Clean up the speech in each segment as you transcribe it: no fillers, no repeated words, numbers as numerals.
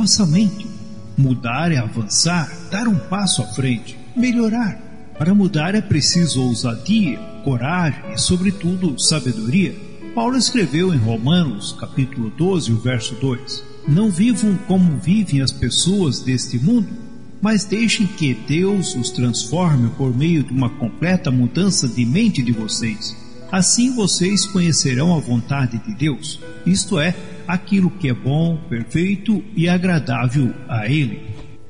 nossa mente. Mudar é avançar, dar um passo à frente, melhorar. Para mudar é preciso ousadia, coragem e, sobretudo, sabedoria. Paulo escreveu em Romanos, capítulo 12, o verso 2: Não vivam como vivem as pessoas deste mundo, mas deixem que Deus os transforme por meio de uma completa mudança de mente de vocês. Assim vocês conhecerão a vontade de Deus, isto é, aquilo que é bom, perfeito e agradável a Ele.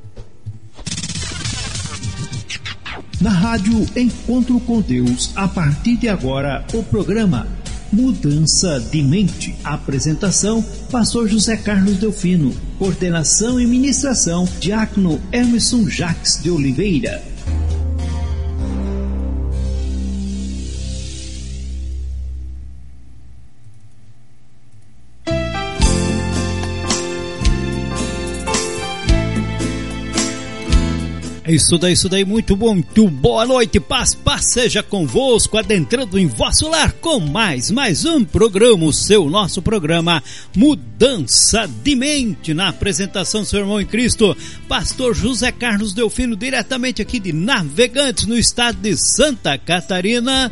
Na rádio Encontro com Deus, a partir de agora, o programa Mudança de Mente. Apresentação, Pastor José Carlos Delfino. Coordenação e ministração, Diácono Emerson Jacques de Oliveira. Isso daí, muito boa noite, paz seja convosco, adentrando em vosso lar com mais um programa, nosso programa Mudança de Mente, na apresentação seu irmão em Cristo, Pastor José Carlos Delfino, diretamente aqui de Navegantes, no estado de Santa Catarina.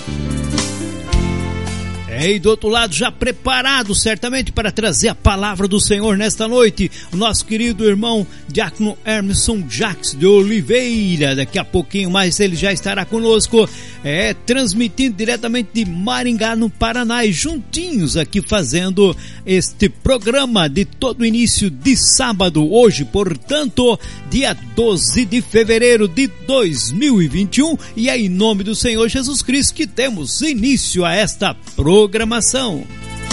E do outro lado, já preparado certamente para trazer a palavra do Senhor nesta noite, o nosso querido irmão Diácono Emerson Jacques de Oliveira. Daqui a pouquinho mais ele já estará conosco, transmitindo diretamente de Maringá, no Paraná, e juntinhos aqui fazendo este programa de todo início de sábado, hoje, portanto, dia 12 de fevereiro de 2021, e é em nome do Senhor Jesus Cristo que temos início a esta programação.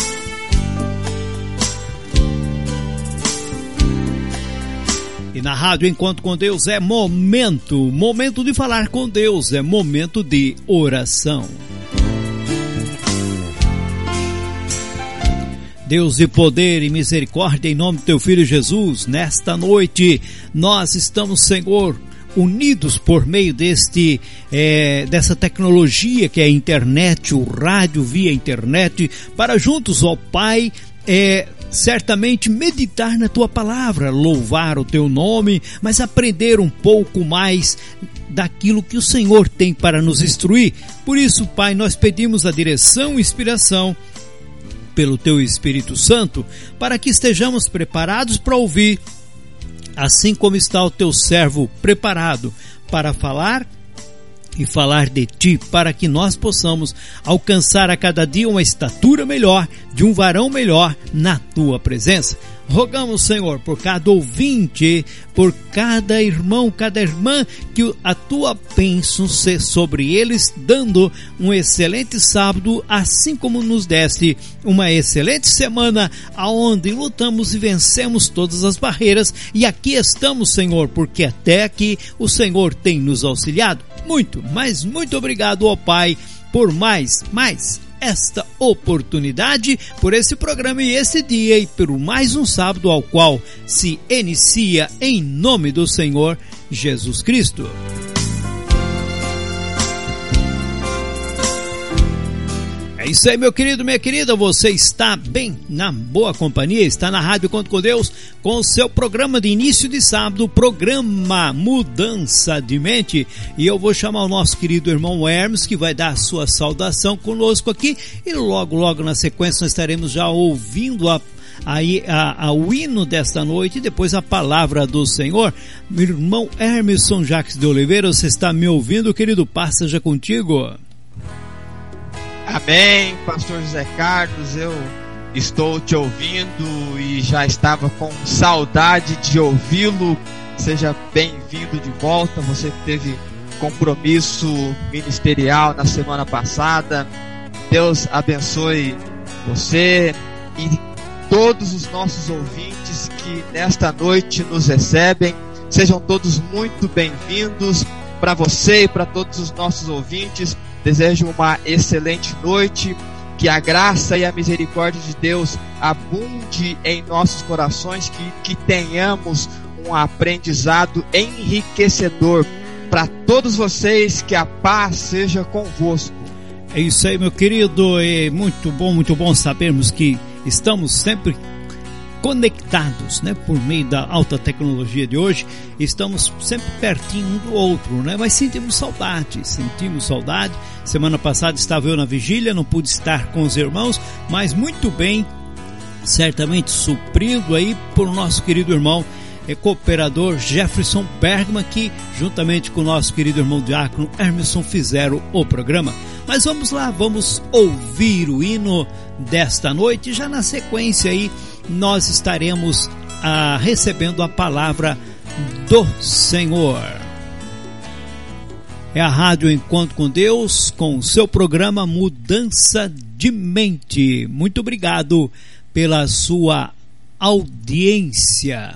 E na Rádio Encontro com Deus é momento de falar com Deus, é momento de oração. Deus de poder e misericórdia, em nome do Teu Filho Jesus, nesta noite nós estamos, Senhor, unidos por meio dessa tecnologia que é a internet, o rádio via internet, para juntos, ó Pai, certamente meditar na Tua palavra, louvar o Teu nome, mas aprender um pouco mais daquilo que o Senhor tem para nos instruir. Por isso, Pai, nós pedimos a direção e inspiração pelo Teu Espírito Santo, para que estejamos preparados para ouvir, assim como está o Teu servo preparado para falar e falar de Ti, para que nós possamos alcançar a cada dia uma estatura melhor, de um varão melhor na Tua presença. Rogamos, Senhor, por cada ouvinte, por cada irmão, cada irmã, que a Tua bênção seja sobre eles, dando um excelente sábado, assim como nos deste uma excelente semana, aonde lutamos e vencemos todas as barreiras, e aqui estamos, Senhor, porque até aqui o Senhor tem nos auxiliado. Muito obrigado, ó Pai, por mais esta oportunidade, por esse programa e esse dia, e por mais um sábado ao qual se inicia em nome do Senhor Jesus Cristo. É isso aí, meu querido, minha querida, você está bem na boa companhia, está na Rádio Encontro com Deus, com o seu programa de início de sábado, programa Mudança de Mente, e eu vou chamar o nosso querido irmão Hermes, que vai dar a sua saudação conosco aqui, e logo na sequência nós estaremos já ouvindo o hino desta noite e depois a palavra do Senhor. Meu irmão Emerson Jacques de Oliveira, você está me ouvindo, querido? Paz seja contigo. Amém, Pastor José Carlos, eu estou te ouvindo e já estava com saudade de ouvi-lo. Seja bem-vindo de volta, você que teve compromisso ministerial na semana passada. Deus abençoe você e todos os nossos ouvintes que nesta noite nos recebem. Sejam todos muito bem-vindos. Para você e para todos os nossos ouvintes, desejo uma excelente noite, que a graça e a misericórdia de Deus abunde em nossos corações, que tenhamos um aprendizado enriquecedor para todos vocês, que a paz seja convosco. É isso aí, meu querido, é muito bom sabermos que estamos sempre conectados, né, por meio da alta tecnologia de hoje, estamos sempre pertinho um do outro, né, mas sentimos saudade. Semana passada estava eu na vigília, não pude estar com os irmãos, mas muito bem, certamente suprido aí por nosso querido irmão cooperador Jefferson Bergman, que juntamente com o nosso querido irmão diácono Hermeson fizeram o programa. Mas vamos lá, vamos ouvir o hino desta noite. Já na sequência aí nós estaremos recebendo a palavra do Senhor. É a Rádio Encontro com Deus, com o seu programa Mudança de Mente. Muito obrigado pela sua audiência.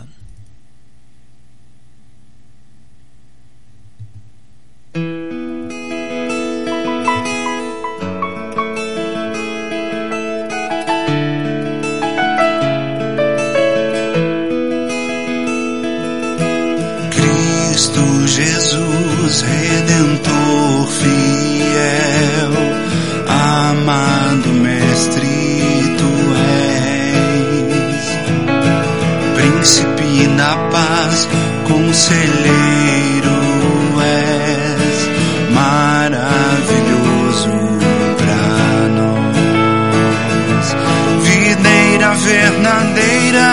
Cristo Jesus, Redentor fiel, amado Mestre, Tu és, Príncipe da paz, Conselheiro és, maravilhoso pra nós, videira verdadeira,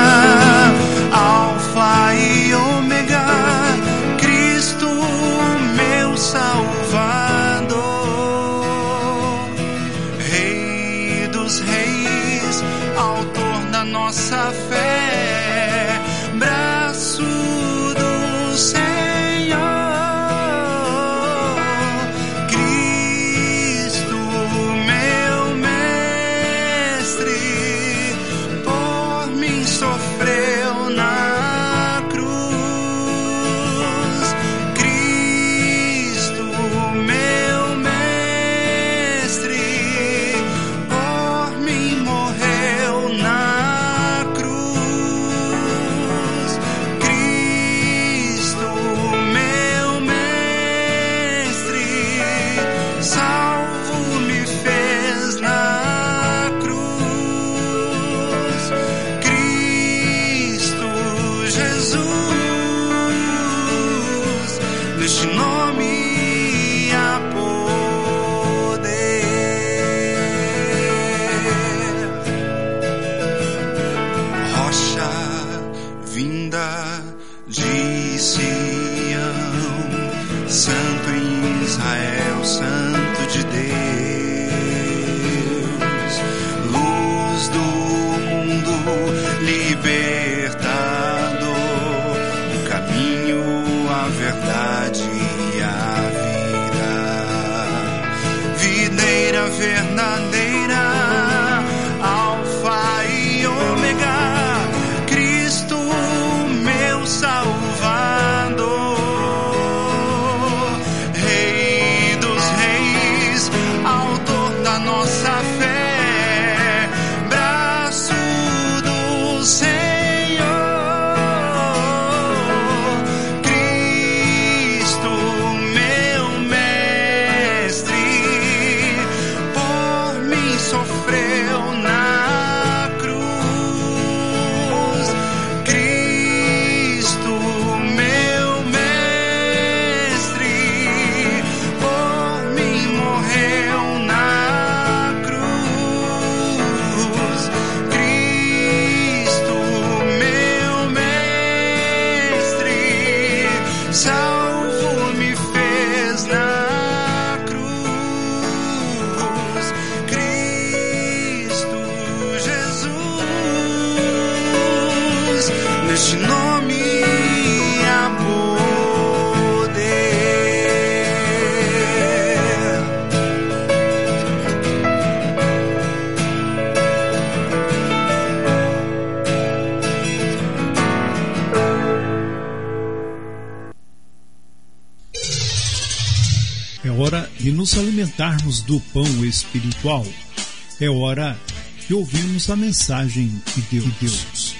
Alfa e Ômega, Cristo meu Salvador, Rei dos reis, Autor da nossa fé, braço do Senhor, Cristo meu Mestre, por mim sofreu na cruz, Cristo meu Mestre, por mim morreu na cruz, Cristo meu Mestre, salvo me fez na cruz, Cristo Jesus, neste nome há poder, rocha vinda de Sião, Santo em Israel, Santo de Deus, luz do mundo, libertador, o caminho, a verdade e a vida, videira verdadeira, Alfa e Ômega, Cristo meu Salvador, Rei dos reis, Autor da nossa fé, braço do Senhor, Cristo meu Mestre, por mim sofreu na cruz, Cristo meu Mestre, por mim morreu na cruz, Cristo meu Mestre, salvo me fez na cruz, Cristo Jesus, neste nome há poder. É hora de nos alimentarmos do pão espiritual. É hora de ouvirmos a mensagem de Deus.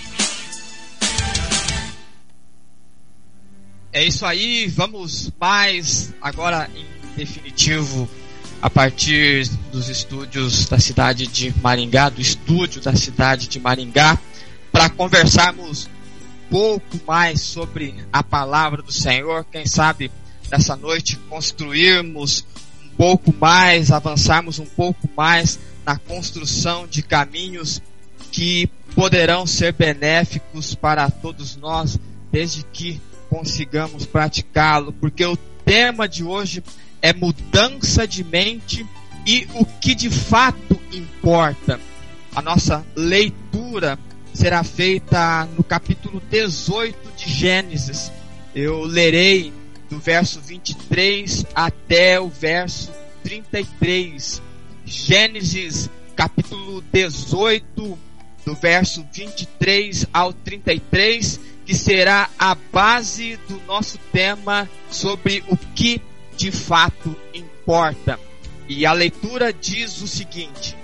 É isso aí, vamos mais agora em definitivo a partir dos estúdios da cidade de Maringá, do estúdio da cidade de Maringá, para conversarmos um pouco mais sobre a palavra do Senhor. Quem sabe nessa noite construirmos um pouco mais, avançarmos um pouco mais na construção de caminhos que poderão ser benéficos para todos nós, desde que consigamos praticá-lo, porque o tema de hoje é mudança de mente e o que de fato importa. A nossa leitura será feita no capítulo 18 de Gênesis. Eu lerei do verso 23 até o verso 33. Gênesis capítulo 18, do verso 23 ao 33, que será a base do nosso tema sobre o que de fato importa. E a leitura diz o seguinte: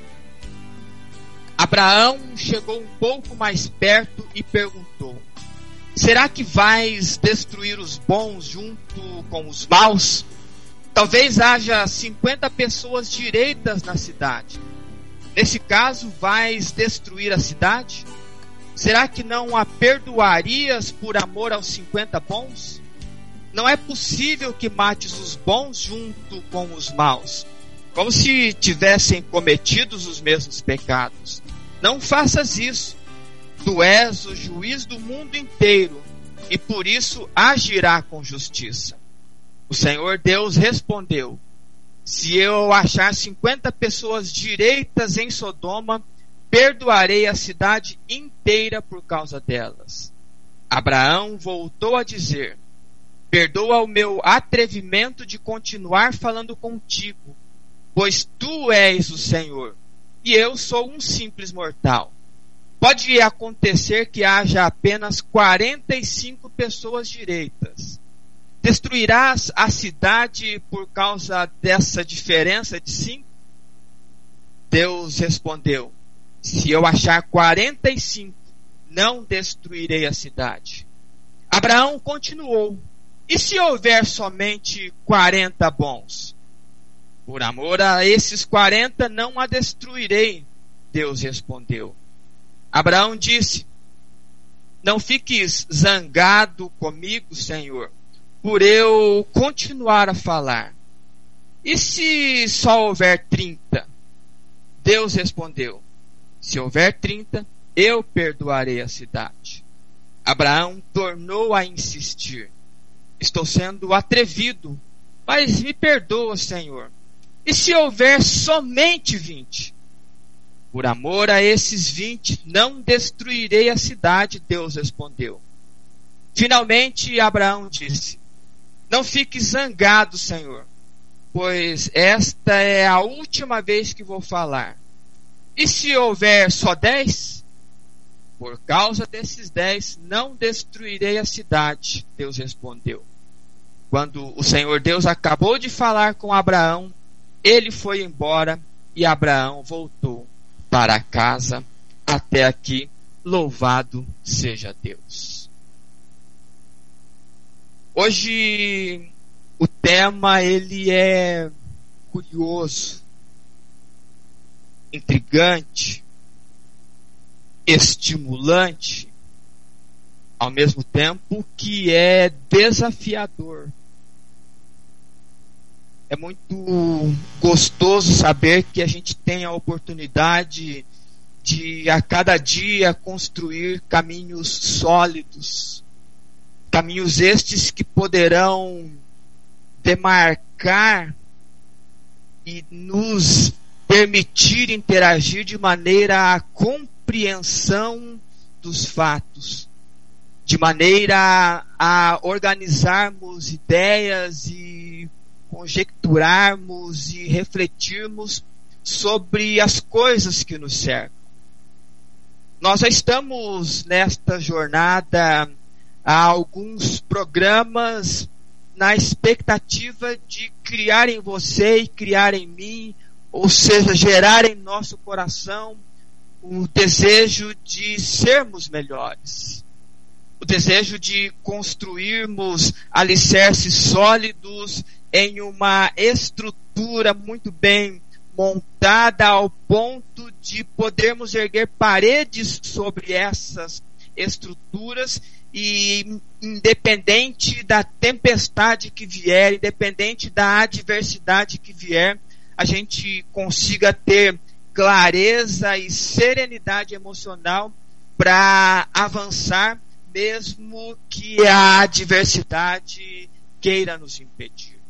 Abraão chegou um pouco mais perto e perguntou: será que vais destruir os bons junto com os maus? Talvez haja 50 pessoas direitas na cidade. Nesse caso, vais destruir a cidade? Será que não a perdoarias por amor aos 50 bons? Não é possível que mates os bons junto com os maus, como se tivessem cometidos os mesmos pecados. Não faças isso. Tu és o juiz do mundo inteiro, e por isso agirá com justiça. O Senhor Deus respondeu: se eu achar 50 pessoas direitas em Sodoma, perdoarei a cidade inteira por causa delas. Abraão voltou a dizer: perdoa o meu atrevimento de continuar falando contigo, pois tu és o Senhor, e eu sou um simples mortal. Pode acontecer que haja apenas 45 pessoas direitas. Destruirás a cidade por causa dessa diferença de 5? Deus respondeu: se eu achar 45, não destruirei a cidade. Abraão continuou: e se houver somente 40 bons? Por amor a esses 40 não a destruirei. Deus respondeu. Abraão disse: não fiques zangado comigo, Senhor, por eu continuar a falar. E se só houver 30? Deus respondeu: se houver 30, eu perdoarei a cidade. Abraão tornou a insistir: estou sendo atrevido, mas me perdoa, Senhor. E se houver somente 20? Por amor a esses 20, não destruirei a cidade, Deus respondeu. Finalmente Abraão disse: não fique zangado, Senhor, pois esta é a última vez que vou falar. E se houver só 10? Por causa desses 10, não destruirei a cidade, Deus respondeu. Quando o Senhor Deus acabou de falar com Abraão, ele foi embora e Abraão voltou para casa. Até aqui, louvado seja Deus. Hoje o tema ele é curioso, intrigante, estimulante, ao mesmo tempo que é desafiador. É muito gostoso saber que a gente tem a oportunidade de a cada dia construir caminhos sólidos, caminhos estes que poderão demarcar e nos permitir interagir de maneira à compreensão dos fatos, de maneira a organizarmos ideias e conjecturarmos e refletirmos sobre as coisas que nos cercam. Nós já estamos nesta jornada há alguns programas na expectativa de criar em você e criar em mim, ou seja, gerar em nosso coração o desejo de sermos melhores, o desejo de construirmos alicerces sólidos em uma estrutura muito bem montada ao ponto de podermos erguer paredes sobre essas estruturas e, independente da tempestade que vier, independente da adversidade que vier, a gente consiga ter clareza e serenidade emocional para avançar, mesmo que a adversidade queira nos impedir.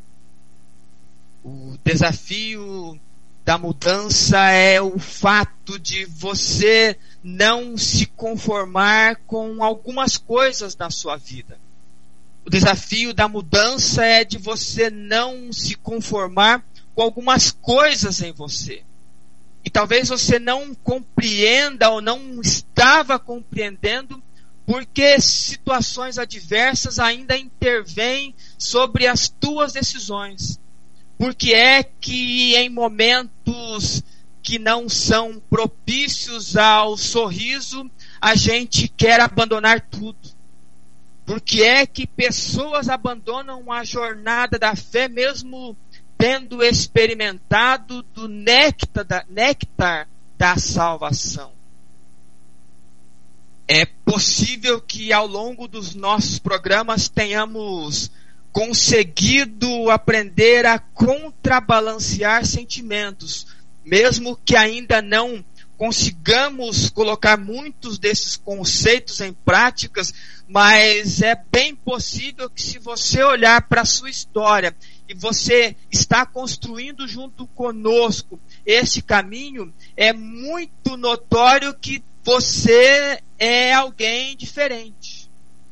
O desafio da mudança é o fato de você não se conformar com algumas coisas na sua vida. O desafio da mudança é de você não se conformar com algumas coisas em você. E talvez você não compreenda ou não estava compreendendo porque situações adversas ainda intervêm sobre as tuas decisões. Porque é que em momentos que não são propícios ao sorriso, a gente quer abandonar tudo. Porque é que pessoas abandonam a jornada da fé mesmo tendo experimentado do néctar da salvação. É possível que ao longo dos nossos programas tenhamos conseguido aprender a contrabalancear sentimentos, mesmo que ainda não consigamos colocar muitos desses conceitos em práticas, mas é bem possível que, se você olhar para a sua história e você está construindo junto conosco esse caminho, é muito notório que você é alguém diferente.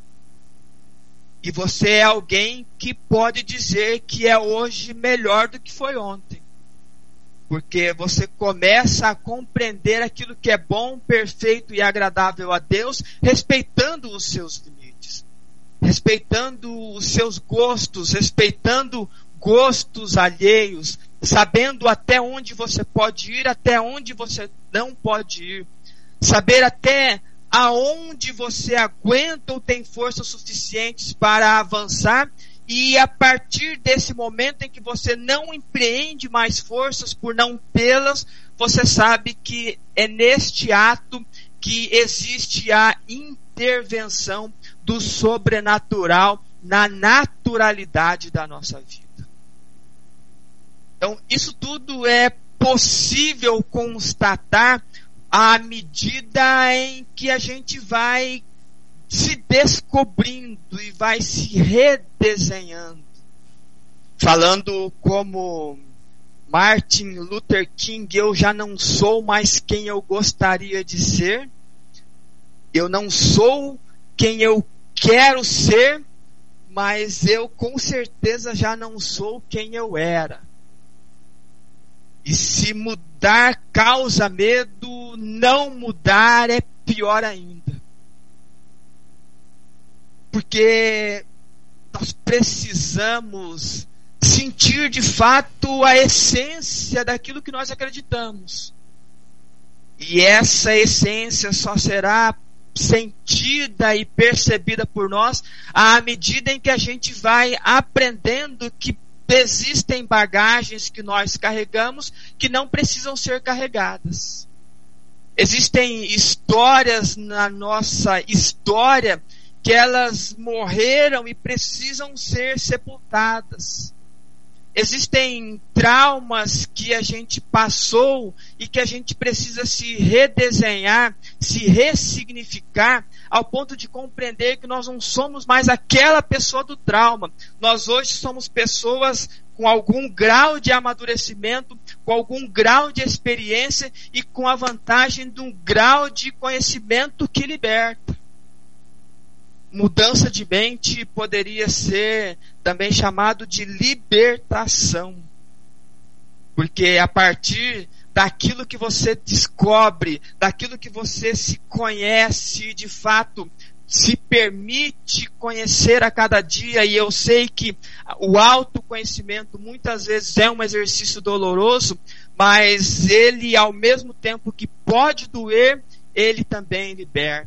E você é alguém que pode dizer que é hoje melhor do que foi ontem. Porque você começa a compreender aquilo que é bom, perfeito e agradável a Deus, respeitando os seus limites, respeitando os seus gostos, respeitando gostos alheios, sabendo até onde você pode ir, até onde você não pode ir, saber até aonde você aguenta ou tem forças suficientes para avançar. E a partir desse momento em que você não empreende mais forças por não tê-las, você sabe que é neste ato que existe a intervenção do sobrenatural na naturalidade da nossa vida. Então, isso tudo é possível constatar à medida em que a gente vai se descobrindo e vai se redesenhando. Falando como Martin Luther King, eu já não sou mais quem eu gostaria de ser, eu não sou quem eu quero ser, mas eu com certeza já não sou quem eu era. E se mudar causa medo, não mudar é pior ainda. Porque nós precisamos sentir de fato a essência daquilo que nós acreditamos. E essa essência só será sentida e percebida por nós à medida em que a gente vai aprendendo que existem bagagens que nós carregamos que não precisam ser carregadas. Existem histórias na nossa história que elas morreram e precisam ser sepultadas. Existem traumas que a gente passou e que a gente precisa se redesenhar, se ressignificar, ao ponto de compreender que nós não somos mais aquela pessoa do trauma. Nós hoje somos pessoas com algum grau de amadurecimento, com algum grau de experiência e com a vantagem de um grau de conhecimento que liberta. Mudança de mente poderia ser também chamado de libertação. Porque a partir daquilo que você descobre, daquilo que você se conhece de fato, se permite conhecer a cada dia, e eu sei que o autoconhecimento muitas vezes é um exercício doloroso, mas ele, ao mesmo tempo que pode doer, ele também liberta.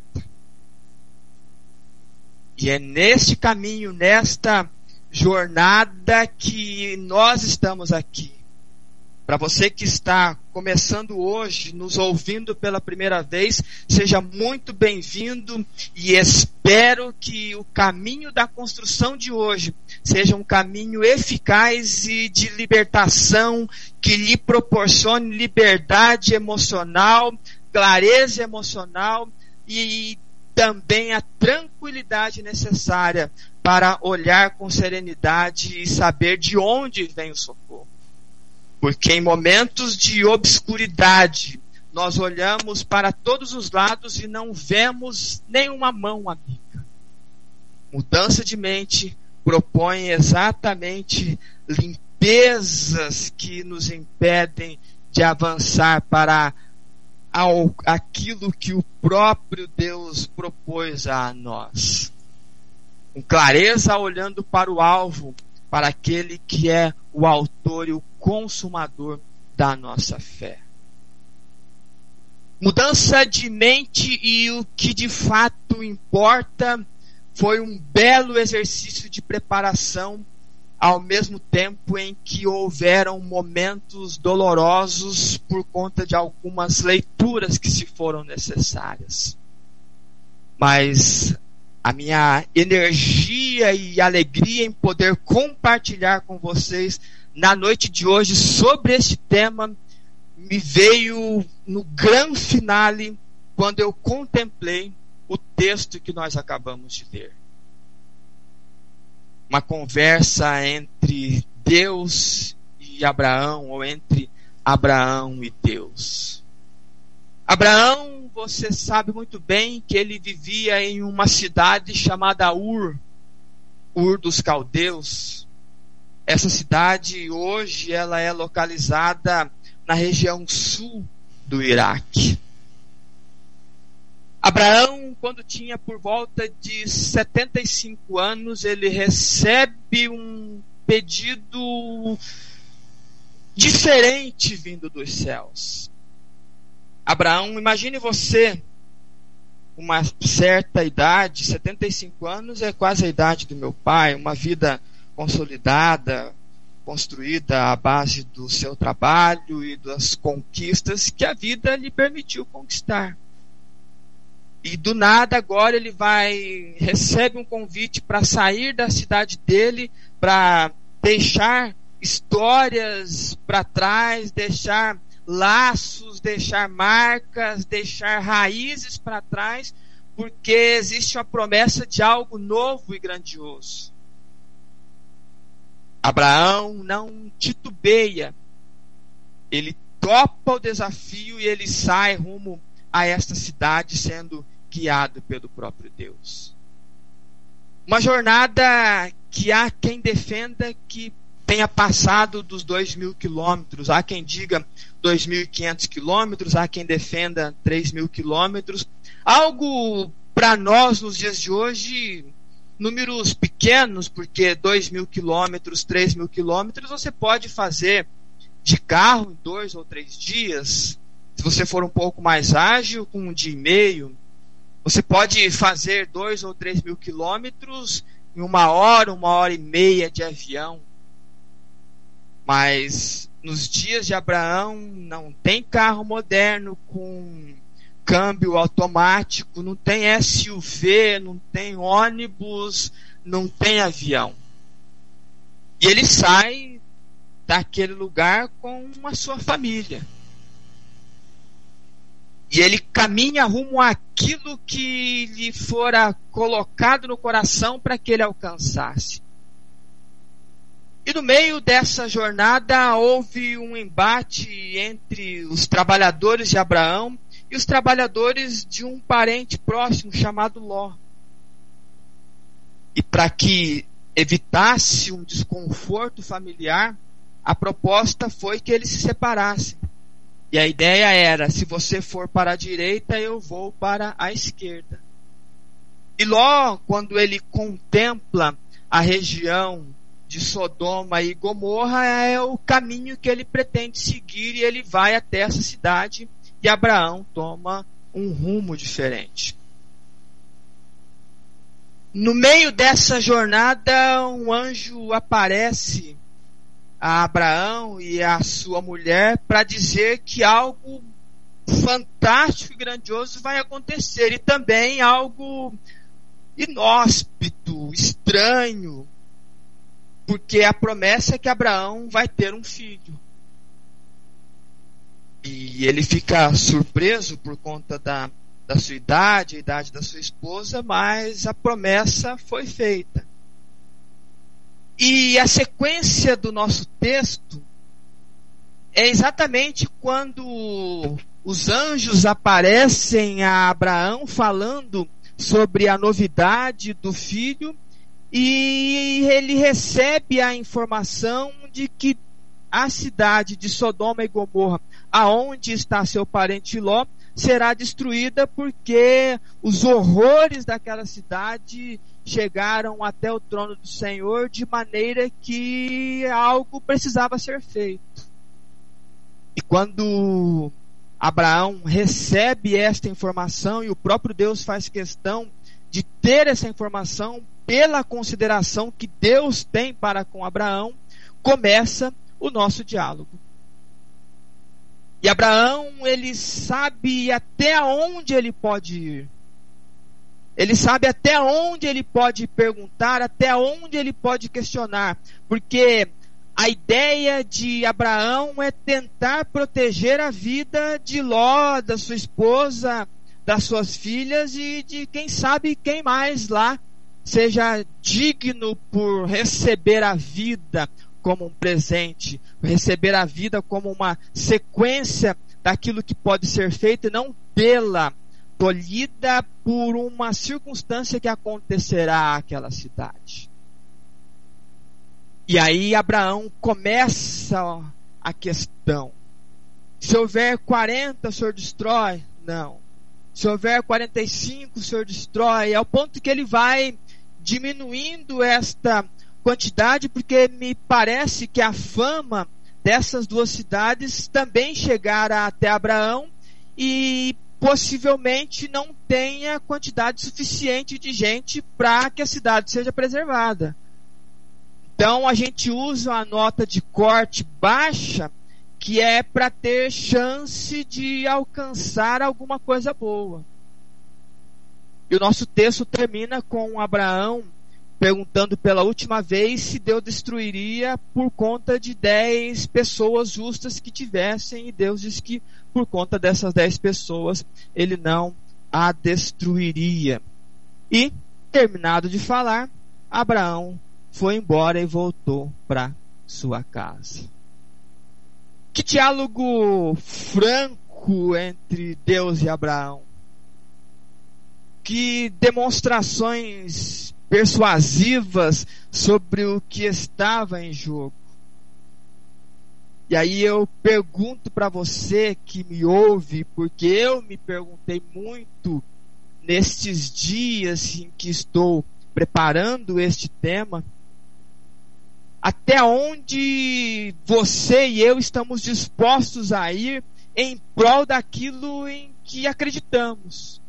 E é neste caminho, nesta jornada que nós estamos aqui. Para você que está começando hoje, nos ouvindo pela primeira vez, seja muito bem-vindo e espero que o caminho da construção de hoje seja um caminho eficaz e de libertação, que lhe proporcione liberdade emocional, clareza emocional e também a tranquilidade necessária para olhar com serenidade e saber de onde vem o socorro. Porque em momentos de obscuridade, nós olhamos para todos os lados e não vemos nenhuma mão amiga. Mudança de mente propõe exatamente limpezas que nos impedem de avançar para aquilo que o próprio Deus propôs a nós. Com clareza, olhando para o alvo, para aquele que é o autor e o consumador da nossa fé. Mudança de mente, e o que de fato importa foi um belo exercício de preparação, ao mesmo tempo em que houveram momentos dolorosos por conta de algumas leituras que se foram necessárias. Mas a minha energia e alegria em poder compartilhar com vocês na noite de hoje sobre este tema me veio no grande finale quando eu contemplei o texto que nós acabamos de ler. Uma conversa entre Deus e Abraão, ou entre Abraão e Deus. Abraão, você sabe muito bem que ele vivia em uma cidade chamada Ur dos Caldeus. Essa cidade hoje ela é localizada na região sul do Iraque. Abraão, quando tinha por volta de 75 anos, ele recebe um pedido diferente vindo dos céus. Abraão, imagine você, uma certa idade, 75 anos é quase a idade do meu pai, uma vida consolidada, construída à base do seu trabalho e das conquistas que a vida lhe permitiu conquistar. E do nada agora ele recebe um convite para sair da cidade dele, para deixar histórias para trás, deixar laços, deixar marcas, deixar raízes para trás, porque existe a promessa de algo novo e grandioso. Abraão não titubeia, ele topa o desafio e ele sai rumo a esta cidade, sendo guiado pelo próprio Deus. Uma jornada que há quem defenda que tenha passado dos 2.000 quilômetros, há quem diga 2.500 quilômetros, há quem defenda 3.000 quilômetros, algo para nós nos dias de hoje, números pequenos, porque 2.000 quilômetros, 3.000 quilômetros, você pode fazer de carro em 2 ou 3 dias. Se você for um pouco mais ágil, com 1 dia e meio, você pode fazer 2 ou 3.000 quilômetros em 1 hora, 1 hora e meia de avião. Mas nos dias de Abraão não tem carro moderno com câmbio automático, não tem SUV, não tem ônibus, não tem avião. E ele sai daquele lugar com a sua família. E ele caminha rumo àquilo que lhe fora colocado no coração para que ele alcançasse. E no meio dessa jornada houve um embate entre os trabalhadores de Abraão e os trabalhadores de um parente próximo chamado Ló. E para que evitasse um desconforto familiar, a proposta foi que eles se separassem. E a ideia era, se você for para a direita, eu vou para a esquerda. E Ló, quando ele contempla a região de Sodoma e Gomorra, é o caminho que ele pretende seguir, e ele vai até essa cidade, e Abraão toma um rumo diferente. No meio dessa jornada, um anjo aparece a Abraão e a sua mulher para dizer que algo fantástico e grandioso vai acontecer, e também algo inóspito, estranho, porque a promessa é que Abraão vai ter um filho. E ele fica surpreso por conta da sua idade, a idade da sua esposa, mas a promessa foi feita. E a sequência do nosso texto é exatamente quando os anjos aparecem a Abraão falando sobre a novidade do filho, e ele recebe a informação de que a cidade de Sodoma e Gomorra, aonde está seu parente Ló, será destruída porque os horrores daquela cidade chegaram até o trono do Senhor, de maneira que algo precisava ser feito. E quando Abraão recebe esta informação, e o próprio Deus faz questão de ter essa informação pela consideração que Deus tem para com Abraão, começa o nosso diálogo. E Abraão, ele sabe até onde ele pode ir. Ele sabe até onde ele pode perguntar, até onde ele pode questionar. Porque a ideia de Abraão é tentar proteger a vida de Ló, da sua esposa, das suas filhas e de quem sabe quem mais lá seja digno por receber a vida como um presente, receber a vida como uma sequência daquilo que pode ser feito e não tê-la tolhida por uma circunstância que acontecerá àquela cidade. E aí Abraão começa a questão. Se houver 40, o Senhor destrói? Não. Se houver 45, o Senhor destrói. Ao ponto que ele vai diminuindo esta quantidade, porque me parece que a fama dessas duas cidades também chegara até Abraão e possivelmente não tenha quantidade suficiente de gente para que a cidade seja preservada. Então a gente usa uma nota de corte baixa, que é para ter chance de alcançar alguma coisa boa. E o nosso texto termina com Abraão perguntando pela última vez se Deus destruiria por conta de 10 pessoas justas que tivessem, e Deus diz que por conta dessas 10 pessoas ele não a destruiria. E, terminado de falar, Abraão foi embora e voltou para sua casa. Que diálogo franco entre Deus e Abraão. Que demonstrações persuasivas sobre o que estava em jogo. E aí eu pergunto para você que me ouve, porque eu me perguntei muito nestes dias em que estou preparando este tema, até onde você e eu estamos dispostos a ir em prol daquilo em que acreditamos.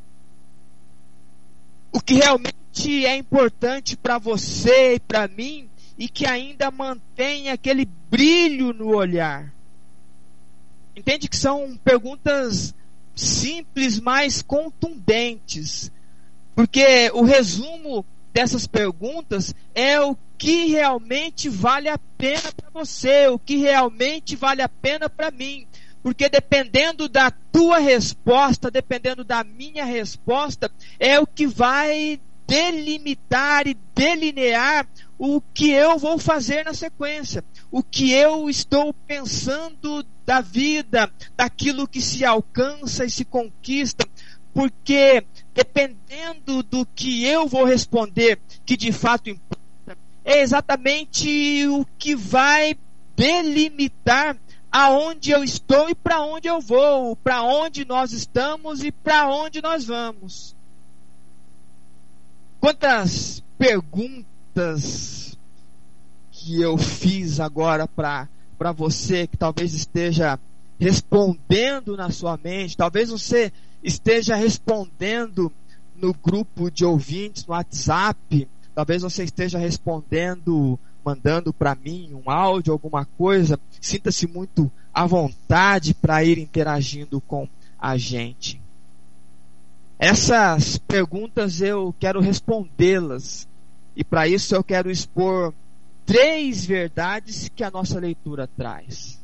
O que realmente é importante para você e para mim, e que ainda mantém aquele brilho no olhar. Entende que são perguntas simples, mas contundentes, porque o resumo dessas perguntas é o que realmente vale a pena para você, o que realmente vale a pena para mim. Porque dependendo da tua resposta, dependendo da minha resposta, é o que vai delimitar e delinear o que eu vou fazer na sequência, o que eu estou pensando da vida, daquilo que se alcança e se conquista, porque dependendo do que eu vou responder, que de fato importa, é exatamente o que vai delimitar aonde eu estou e para onde eu vou, para onde nós estamos e para onde nós vamos. Quantas perguntas que eu fiz agora para você, que talvez esteja respondendo na sua mente, talvez você esteja respondendo no grupo de ouvintes no WhatsApp, talvez você esteja respondendo mandando para mim um áudio, alguma coisa, sinta-se muito à vontade para ir interagindo com a gente. Essas perguntas eu quero respondê-las, e para isso eu quero expor 3 verdades que a nossa leitura traz.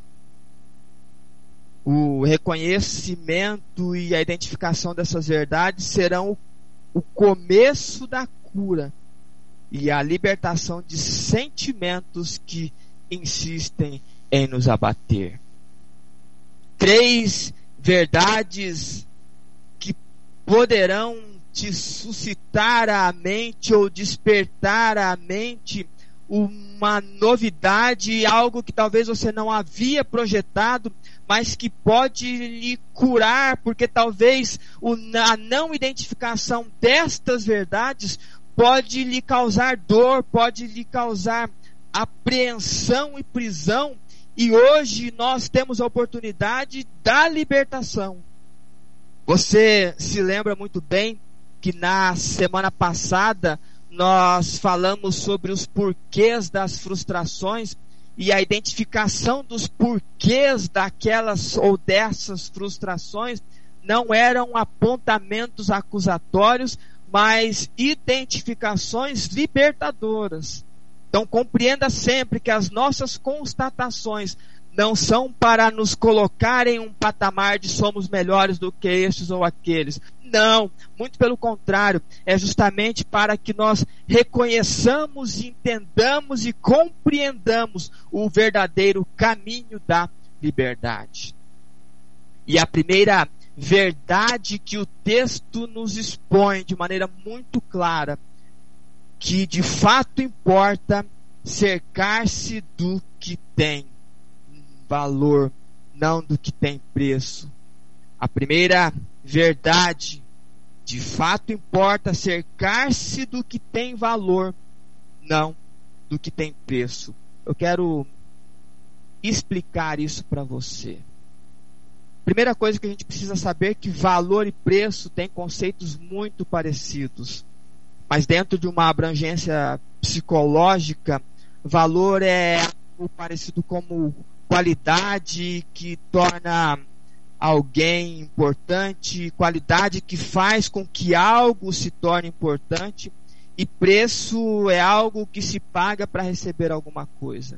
O reconhecimento e a identificação dessas verdades serão o começo da cura e a libertação de sentimentos que insistem em nos abater. 3 verdades que poderão te suscitar a mente ou despertar a mente uma novidade, algo que talvez você não havia projetado, mas que pode lhe curar, porque talvez a não identificação destas verdades pode lhe causar dor, pode lhe causar apreensão e prisão, e hoje nós temos a oportunidade da libertação. Você se lembra muito bem que na semana passada nós falamos sobre os porquês das frustrações e a identificação dos porquês daquelas ou dessas frustrações não eram apontamentos acusatórios, mas identificações libertadoras. Então compreenda sempre que as nossas constatações não são para nos colocar em um patamar de somos melhores do que estes ou aqueles. Não, muito pelo contrário, é justamente para que nós reconheçamos, entendamos e compreendamos o verdadeiro caminho da liberdade. E a primeira verdade que o texto nos expõe de maneira muito clara, que de fato importa cercar-se do que tem valor, não do que tem preço. A primeira verdade, de fato importa cercar-se do que tem valor, não do que tem preço. Eu quero explicar isso para você. Primeira coisa que a gente precisa saber é que valor e preço têm conceitos muito parecidos, mas dentro de uma abrangência psicológica, valor é algo parecido como qualidade que torna alguém importante, qualidade que faz com que algo se torne importante, e preço é algo que se paga para receber alguma coisa.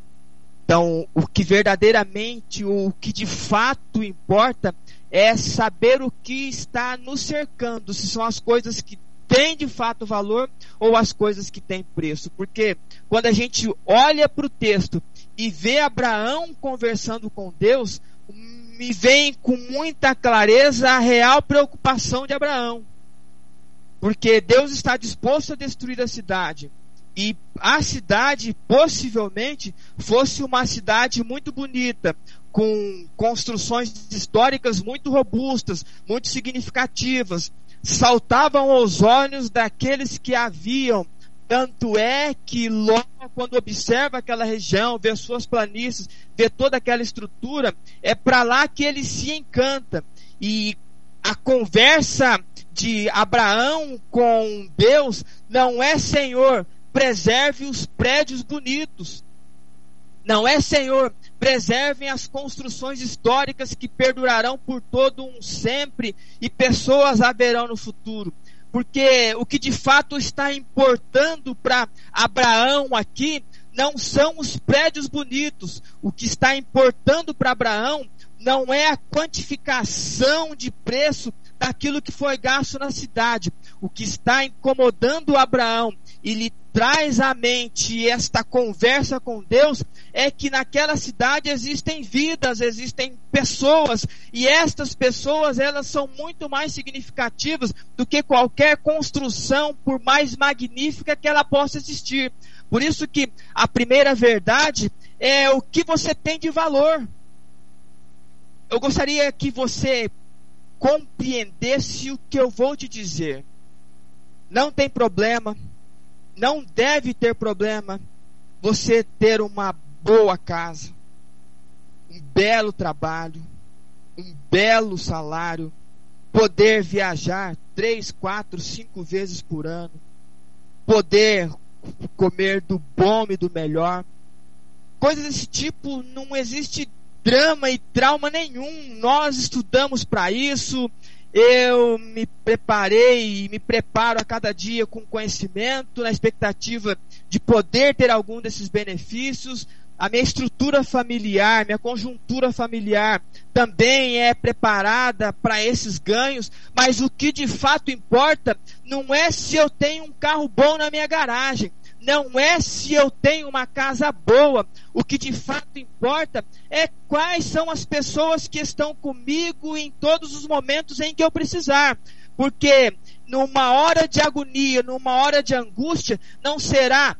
Então, o que verdadeiramente, o que de fato importa é saber o que está nos cercando, se são as coisas que têm de fato valor ou as coisas que têm preço. Porque quando a gente olha para o texto e vê Abraão conversando com Deus, me vem com muita clareza a real preocupação de Abraão. Porque Deus está disposto a destruir a cidade. E a cidade possivelmente fosse uma cidade muito bonita, com construções históricas muito robustas, muito significativas. Saltavam aos olhos daqueles que a viam. Tanto é que Ló, quando observa aquela região, vê suas planícies, vê toda aquela estrutura, é para lá que ele se encanta. E a conversa de Abraão com Deus não é: Senhor, preserve os prédios bonitos. Não é: Senhor, preservem as construções históricas que perdurarão por todo um sempre e pessoas haverão no futuro. Porque o que de fato está importando para Abraão aqui não são os prédios bonitos. O que está importando para Abraão não é a quantificação de preço daquilo que foi gasto na cidade. O que está incomodando Abraão e lhe traz à mente esta conversa com Deus é que naquela cidade existem vidas, existem pessoas, e estas pessoas, elas são muito mais significativas do que qualquer construção, por mais magnífica que ela possa existir. Por isso que a primeira verdade é o que você tem de valor. Eu gostaria que você compreendesse o que eu vou te dizer. Não tem problema, não deve ter problema você ter uma boa casa, um belo trabalho, um belo salário, poder viajar 3, 4, 5 vezes por ano, poder comer do bom e do melhor. Coisas desse tipo, não existe drama e trauma nenhum. Nós estudamos para isso. Eu me preparei e me preparo a cada dia com conhecimento, na expectativa de poder ter algum desses benefícios. A minha estrutura familiar, minha conjuntura familiar também é preparada para esses ganhos, mas o que de fato importa não é se eu tenho um carro bom na minha garagem, não é se eu tenho uma casa boa. O que de fato importa é quais são as pessoas que estão comigo em todos os momentos em que eu precisar. Porque numa hora de agonia, numa hora de angústia, não será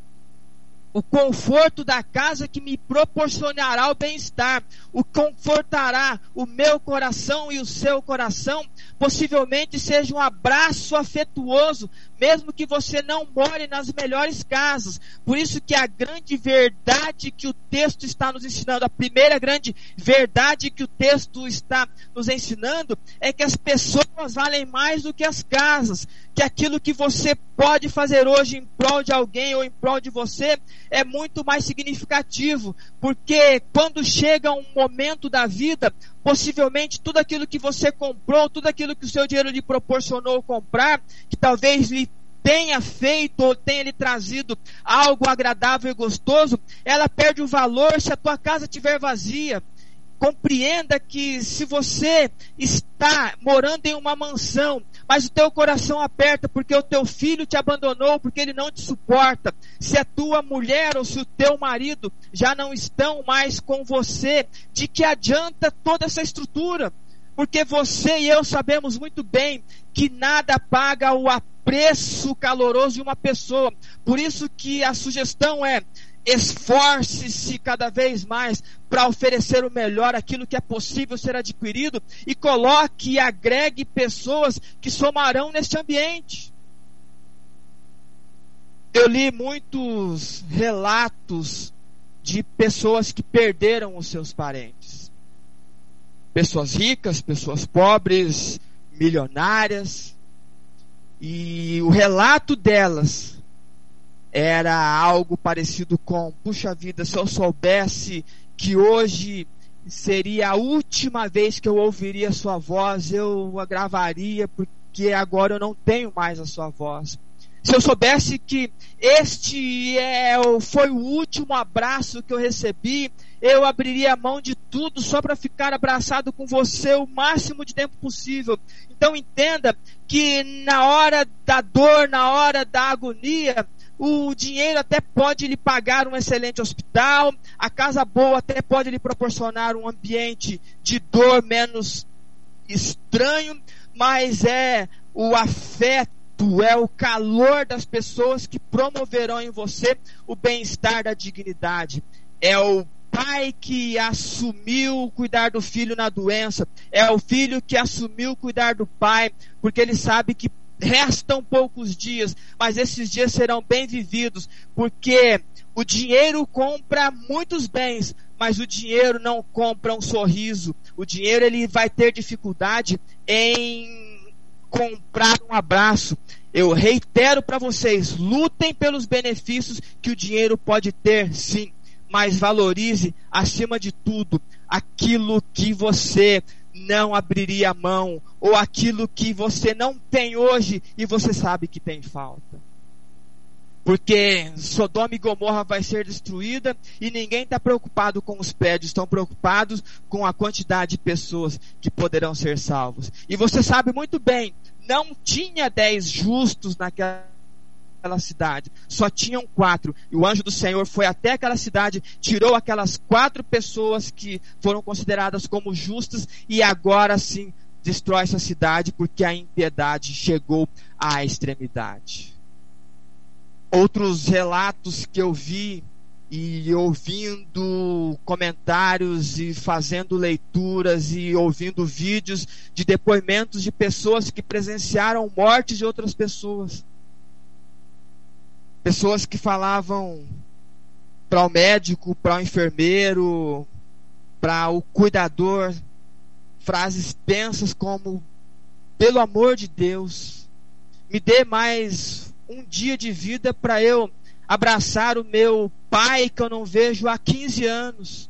o conforto da casa que me proporcionará o bem-estar, o confortará o meu coração e o seu coração. Possivelmente seja um abraço afetuoso, mesmo que você não more nas melhores casas. Por isso que a grande verdade que o texto está nos ensinando, a primeira grande verdade que o texto está nos ensinando, é que as pessoas valem mais do que as casas, que aquilo que você pode fazer hoje em prol de alguém ou em prol de você é muito mais significativo, porque quando chega um momento da vida, possivelmente tudo aquilo que você comprou, tudo aquilo que o seu dinheiro lhe proporcionou comprar, que talvez lhe tenha feito ou tenha lhe trazido algo agradável e gostoso, ela perde o valor se a tua casa estiver vazia. Compreenda que se você está morando em uma mansão, mas o teu coração aperta porque o teu filho te abandonou, porque ele não te suporta, se a tua mulher ou se o teu marido já não estão mais com você, de que adianta toda essa estrutura? Porque você e eu sabemos muito bem que nada paga o apreço caloroso de uma pessoa. Por isso que a sugestão é: esforce-se cada vez mais para oferecer o melhor, aquilo que é possível ser adquirido, e coloque e agregue pessoas que somarão neste ambiente. Eu li muitos relatos de pessoas que perderam os seus parentes. Pessoas ricas, pessoas pobres, milionárias. E o relato delas era algo parecido com: puxa vida, se eu soubesse que hoje seria a última vez que eu ouviria a sua voz, eu agravaria, porque agora eu não tenho mais a sua voz. Se eu soubesse que este foi o último abraço que eu recebi, eu abriria a mão de tudo só para ficar abraçado com você o máximo de tempo possível. Então entenda que na hora da dor, na hora da agonia, o dinheiro até pode lhe pagar um excelente hospital, a casa boa até pode lhe proporcionar um ambiente de dor menos estranho, mas é o afeto, é o calor das pessoas que promoverão em você o bem-estar da dignidade. É o pai que assumiu cuidar do filho na doença, é o filho que assumiu cuidar do pai, porque ele sabe que restam poucos dias, mas esses dias serão bem vividos, porque o dinheiro compra muitos bens, mas o dinheiro não compra um sorriso. O dinheiro, ele vai ter dificuldade em comprar um abraço. Eu reitero para vocês: lutem pelos benefícios que o dinheiro pode ter, sim, mas valorize, acima de tudo, aquilo que você não abriria a mão, ou aquilo que você não tem hoje e você sabe que tem falta. Porque Sodoma e Gomorra vai ser destruída e ninguém está preocupado com os prédios, estão preocupados com a quantidade de pessoas que poderão ser salvos. E você sabe muito bem, não tinha 10 justos naquela cidade, só tinham 4, e o anjo do Senhor foi até aquela cidade, tirou aquelas 4 pessoas que foram consideradas como justas, e agora sim destrói essa cidade, porque a impiedade chegou à extremidade. Outros relatos que eu vi, e ouvindo comentários e fazendo leituras e ouvindo vídeos de depoimentos de pessoas que presenciaram mortes de outras pessoas. Pessoas que falavam para o médico, para o enfermeiro, para o cuidador, frases tensas como: pelo amor de Deus, me dê mais um dia de vida para eu abraçar o meu pai que eu não vejo há 15 anos.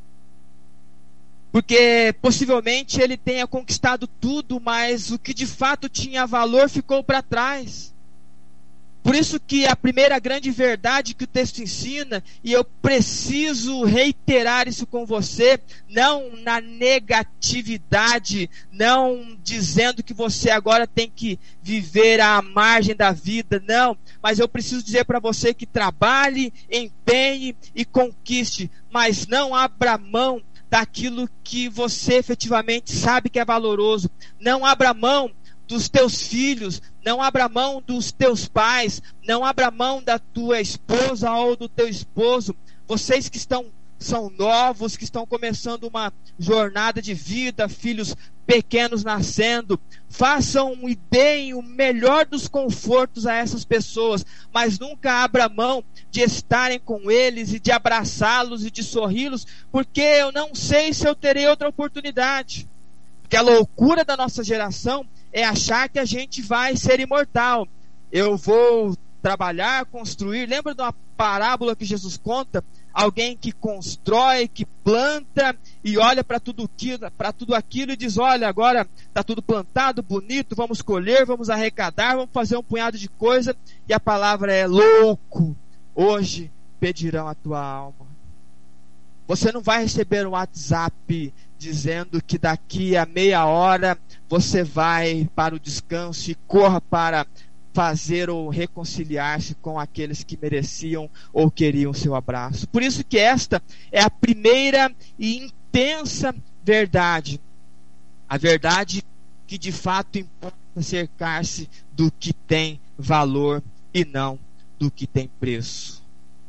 Porque possivelmente ele tenha conquistado tudo, mas o que de fato tinha valor ficou para trás. Por isso que a primeira grande verdade que o texto ensina, e eu preciso reiterar isso com você, não na negatividade, não dizendo que você agora tem que viver à margem da vida, não, mas eu preciso dizer para você que trabalhe, empenhe e conquiste, mas não abra mão daquilo que você efetivamente sabe que é valoroso. Não abra mão dos teus filhos, não abra mão dos teus pais, não abra mão da tua esposa ou do teu esposo. Vocês que são novos, que estão começando uma jornada de vida, filhos pequenos nascendo, façam e deem o melhor dos confortos a essas pessoas, mas nunca abra mão de estarem com eles e de abraçá-los e de sorri-los, porque eu não sei se eu terei outra oportunidade. Porque a loucura da nossa geração é achar que a gente vai ser imortal. Eu vou trabalhar, construir. Lembra de uma parábola que Jesus conta? Alguém que constrói, que planta e olha para tudo aquilo e diz: olha, agora está tudo plantado, bonito, vamos colher, vamos arrecadar, vamos fazer um punhado de coisa. E a palavra é: louco, hoje pedirão a tua alma. Você não vai receber um WhatsApp dizendo que daqui a meia hora você vai para o descanso e corra para fazer ou reconciliar-se com aqueles que mereciam ou queriam seu abraço. Por isso que esta é a primeira e intensa verdade. A verdade que de fato importa cercar-se do que tem valor e não do que tem preço.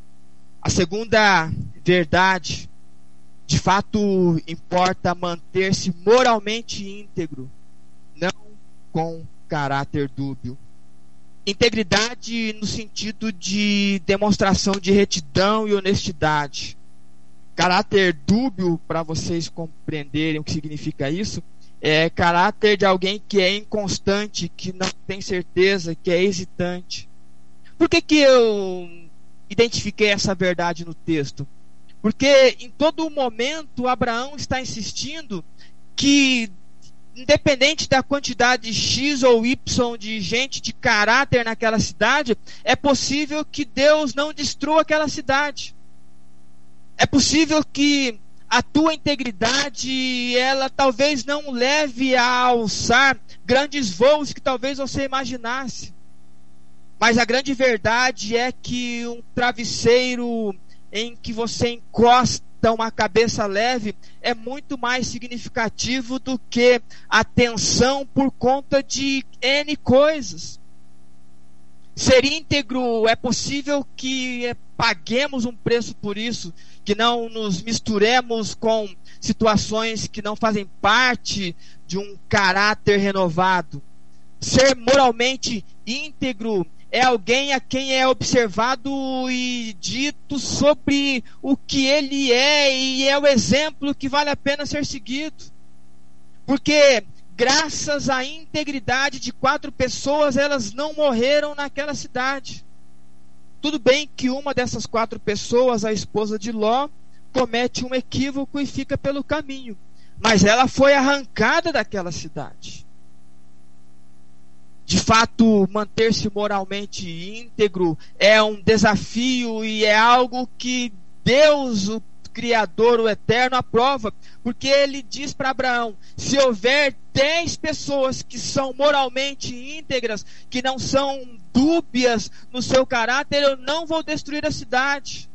A segunda verdade, de fato importa manter-se moralmente íntegro, não com caráter dúbio. Integridade no sentido de demonstração de retidão e honestidade. Caráter dúbio, para vocês compreenderem o que significa isso, é caráter de alguém que é inconstante, que não tem certeza, que é hesitante. Por que eu identifiquei essa verdade no texto? Porque em todo momento Abraão está insistindo que, independente da quantidade X ou Y de gente de caráter naquela cidade, é possível que Deus não destrua aquela cidade. É possível que a tua integridade, ela talvez não leve a alçar grandes voos que talvez você imaginasse. Mas a grande verdade é que um travesseiro em que você encosta uma cabeça leve é muito mais significativo do que a tensão por conta de N coisas. Ser íntegro, é possível que paguemos um preço por isso, que não nos misturemos com situações que não fazem parte de um caráter renovado. Ser moralmente íntegro é alguém a quem é observado e dito sobre o que ele é, e é o exemplo que vale a pena ser seguido. Porque graças à integridade de 4 pessoas, elas não morreram naquela cidade. Tudo bem que uma dessas 4 pessoas, a esposa de Ló, comete um equívoco e fica pelo caminho, mas ela foi arrancada daquela cidade. De fato, manter-se moralmente íntegro é um desafio e é algo que Deus, o Criador, o Eterno, aprova, porque ele diz para Abraão: se houver 10 pessoas que são moralmente íntegras, que não são dúbias no seu caráter, eu não vou destruir a cidade.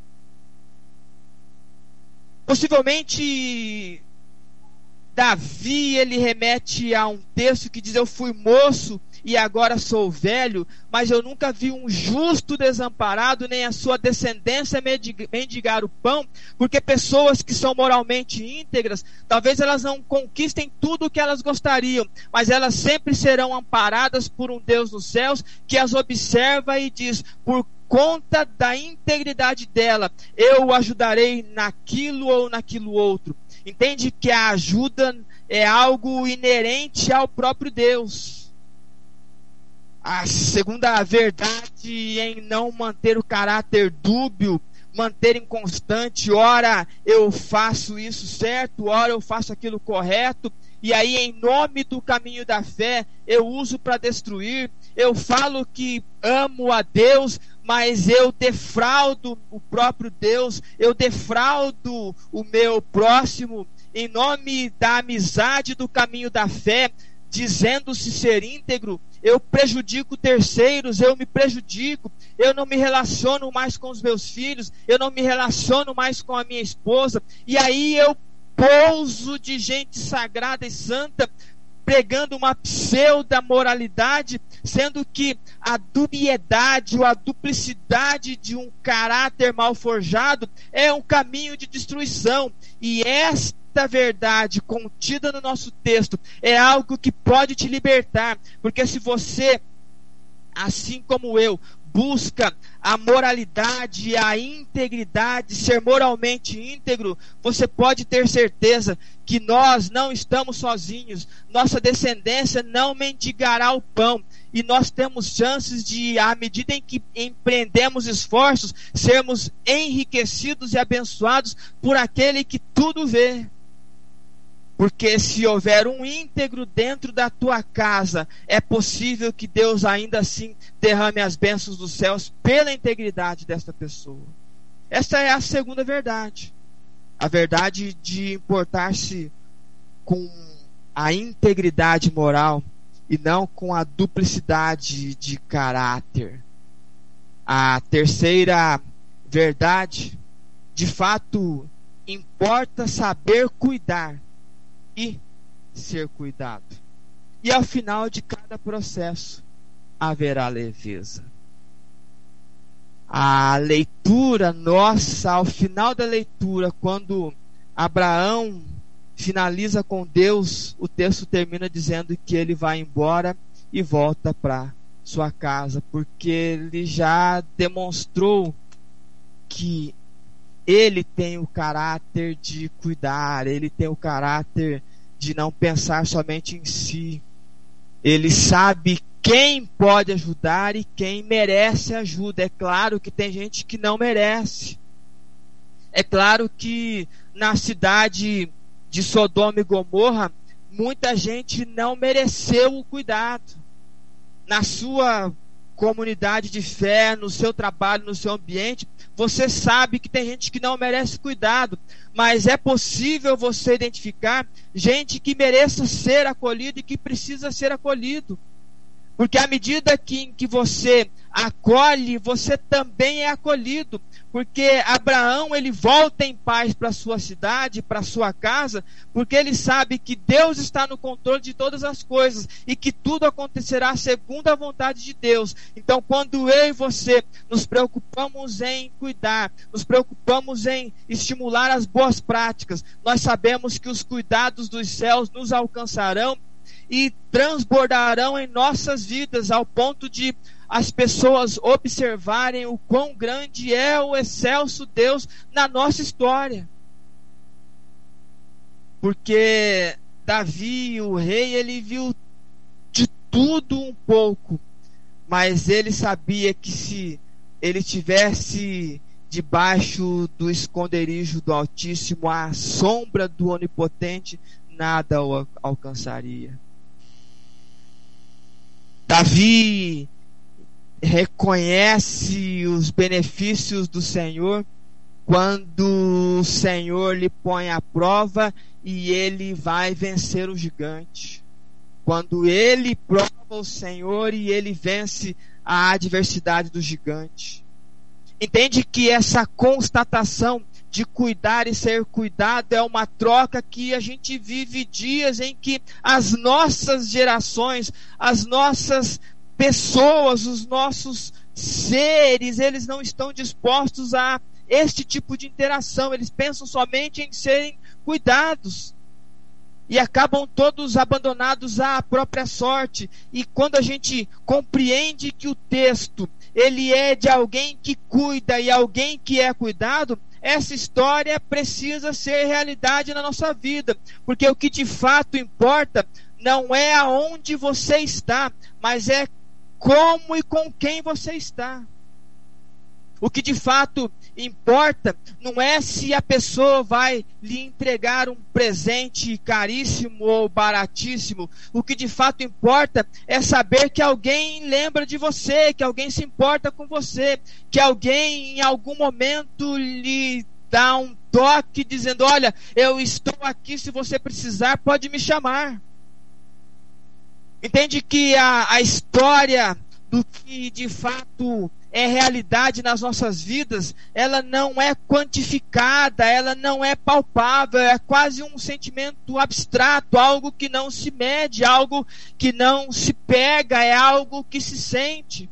Possivelmente Davi, ele remete a um texto que diz: eu fui moço e agora sou velho, mas eu nunca vi um justo desamparado, nem a sua descendência mendigar o pão. Porque pessoas que são moralmente íntegras, talvez elas não conquistem tudo o que elas gostariam, mas elas sempre serão amparadas por um Deus nos céus, que as observa e diz: por conta da integridade dela, eu o ajudarei naquilo ou naquilo outro. Entende que a ajuda é algo inerente ao próprio Deus. A segunda verdade em não manter o caráter dúbio, manter inconstante. Ora eu faço isso certo, ora eu faço aquilo correto, e aí em nome do caminho da fé eu uso para destruir. Eu falo que amo a Deus, mas eu defraudo o próprio Deus, eu defraudo o meu próximo em nome da amizade do caminho da fé, dizendo-se ser íntegro. Eu prejudico terceiros, eu me prejudico, eu não me relaciono mais com os meus filhos, eu não me relaciono mais com a minha esposa, e aí eu pouso de gente sagrada e santa, pregando uma pseudo-moralidade, sendo que a dubiedade ou a duplicidade de um caráter mal forjado é um caminho de destruição. E esta verdade contida no nosso texto é algo que pode te libertar, porque se você, assim como eu, busca a moralidade, a integridade, ser moralmente íntegro, você pode ter certeza que nós não estamos sozinhos, nossa descendência não mendigará o pão, e nós temos chances de, à medida em que empreendemos esforços, sermos enriquecidos e abençoados por aquele que tudo vê. Porque se houver um íntegro dentro da tua casa, é possível que Deus ainda assim derrame as bênçãos dos céus pela integridade desta pessoa. Esta é a segunda verdade. A verdade de importar-se com a integridade moral e não com a duplicidade de caráter. A terceira verdade, de fato, importa saber cuidar e ser cuidado. E ao final de cada processo haverá leveza. A leitura nossa, ao final da leitura, quando Abraão finaliza com Deus, o texto termina dizendo que ele vai embora e volta para sua casa, porque ele já demonstrou que ele tem o caráter de cuidar, ele tem o caráter de não pensar somente em si. Ele sabe quem pode ajudar e quem merece ajuda. É claro que tem gente que não merece. É claro que na cidade de Sodoma e Gomorra, muita gente não mereceu o cuidado. Na sua comunidade de fé, no seu trabalho, no seu ambiente, você sabe que tem gente que não merece cuidado, mas é possível você identificar gente que mereça ser acolhido e que precisa ser acolhido. Porque à medida que você acolhe, você também é acolhido. Porque Abraão, ele volta em paz para sua cidade, para sua casa, porque ele sabe que Deus está no controle de todas as coisas e que tudo acontecerá segundo a vontade de Deus. Então, quando eu e você nos preocupamos em cuidar, nos preocupamos em estimular as boas práticas, nós sabemos que os cuidados dos céus nos alcançarão e transbordarão em nossas vidas, ao ponto de as pessoas observarem o quão grande é o excelso Deus na nossa história. Porque Davi, o rei, ele viu de tudo um pouco, mas ele sabia que se ele tivesse debaixo do esconderijo do Altíssimo, à sombra do Onipotente, nada o alcançaria. Davi reconhece os benefícios do Senhor quando o Senhor lhe põe à prova e ele vai vencer o gigante. Quando ele prova o Senhor e ele vence a adversidade do gigante. Entende que essa constatação de cuidar e ser cuidado é uma troca que a gente vive dias em que as nossas gerações, as nossas pessoas, os nossos seres, eles não estão dispostos a este tipo de interação. Eles pensam somente em serem cuidados e acabam todos abandonados à própria sorte. E quando a gente compreende que o texto ele é de alguém que cuida e alguém que é cuidado, essa história precisa ser realidade na nossa vida, porque o que de fato importa não é aonde você está, mas é como e com quem você está. O que de fato importa não é se a pessoa vai lhe entregar um presente caríssimo ou baratíssimo. O que de fato importa é saber que alguém lembra de você, que alguém se importa com você, que alguém em algum momento lhe dá um toque dizendo: olha, eu estou aqui, se você precisar pode me chamar. Entende que a história do que de fato é realidade nas nossas vidas, ela não é quantificada, ela não é palpável, é quase um sentimento abstrato, algo que não se mede, algo que não se pega, é algo que se sente.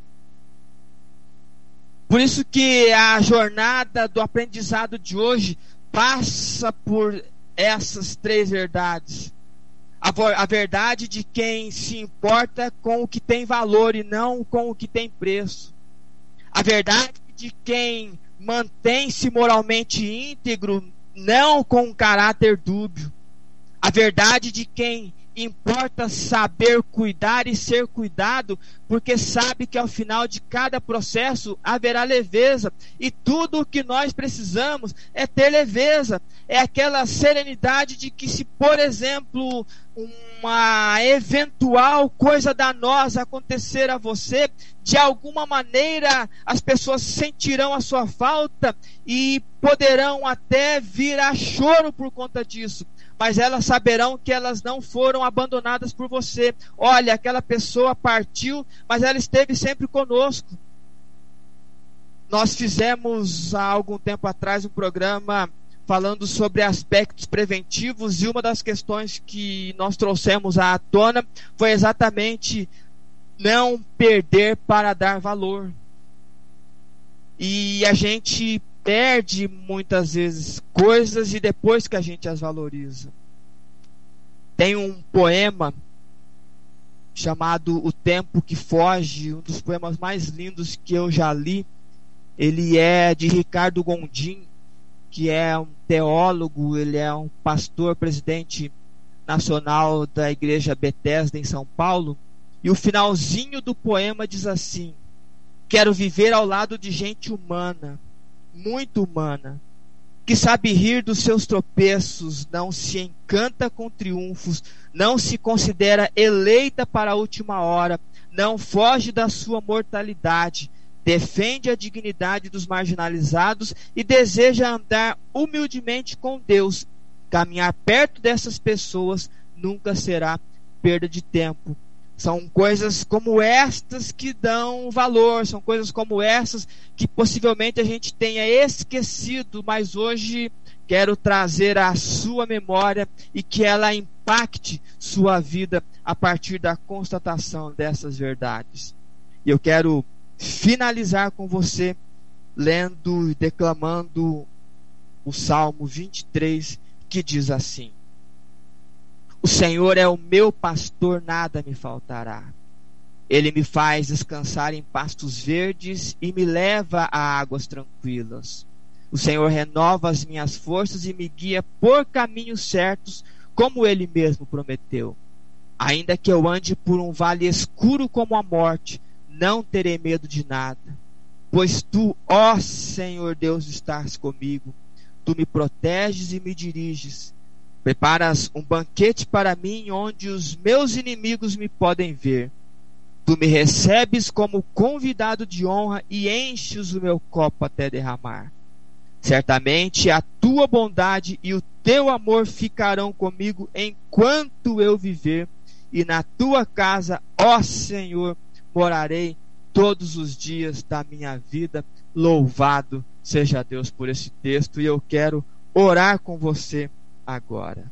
Por isso que a jornada do aprendizado de hoje passa por essas três verdades. A verdade de quem se importa com o que tem valor e não com o que tem preço. A verdade de quem mantém-se moralmente íntegro, não com um caráter dúbio. A verdade de quem importa saber cuidar e ser cuidado, porque sabe que ao final de cada processo haverá leveza, e tudo o que nós precisamos é ter leveza, é aquela serenidade de que, se por exemplo uma eventual coisa danosa acontecer a você, de alguma maneira as pessoas sentirão a sua falta e poderão até vir a choro por conta disso, mas elas saberão que elas não foram abandonadas por você. Olha, aquela pessoa partiu, mas ela esteve sempre conosco. Nós fizemos há algum tempo atrás um programa falando sobre aspectos preventivos, e uma das questões que nós trouxemos à tona foi exatamente não perder para dar valor. E a gente perde muitas vezes coisas e depois que a gente as valoriza. Tem um poema chamado O Tempo que Foge, um dos poemas mais lindos que eu já li. Ele é de Ricardo Gondim, que é um teólogo, ele é um pastor, presidente nacional da Igreja Bethesda em São Paulo. E o finalzinho do poema diz assim: quero viver ao lado de gente humana, muito humana, que sabe rir dos seus tropeços, não se encanta com triunfos, não se considera eleita para a última hora, não foge da sua mortalidade, defende a dignidade dos marginalizados e deseja andar humildemente com Deus. Caminhar perto dessas pessoas nunca será perda de tempo. São coisas como estas que dão valor, são coisas como essas que possivelmente a gente tenha esquecido, mas hoje quero trazer à sua memória e que ela impacte sua vida a partir da constatação dessas verdades. E eu quero finalizar com você lendo e declamando o Salmo 23, que diz assim: o Senhor é o meu pastor, nada me faltará. Ele me faz descansar em pastos verdes e me leva a águas tranquilas. O Senhor renova as minhas forças e me guia por caminhos certos, como Ele mesmo prometeu. Ainda que eu ande por um vale escuro como a morte, não terei medo de nada, pois Tu, ó Senhor Deus, estás comigo. Tu me proteges e me diriges. Preparas um banquete para mim, onde os meus inimigos me podem ver. Tu me recebes como convidado de honra e enches o meu copo até derramar. Certamente a Tua bondade e o Teu amor ficarão comigo enquanto eu viver, e na Tua casa, ó Senhor, morarei todos os dias da minha vida. Louvado seja Deus por esse texto, e eu quero orar com você agora.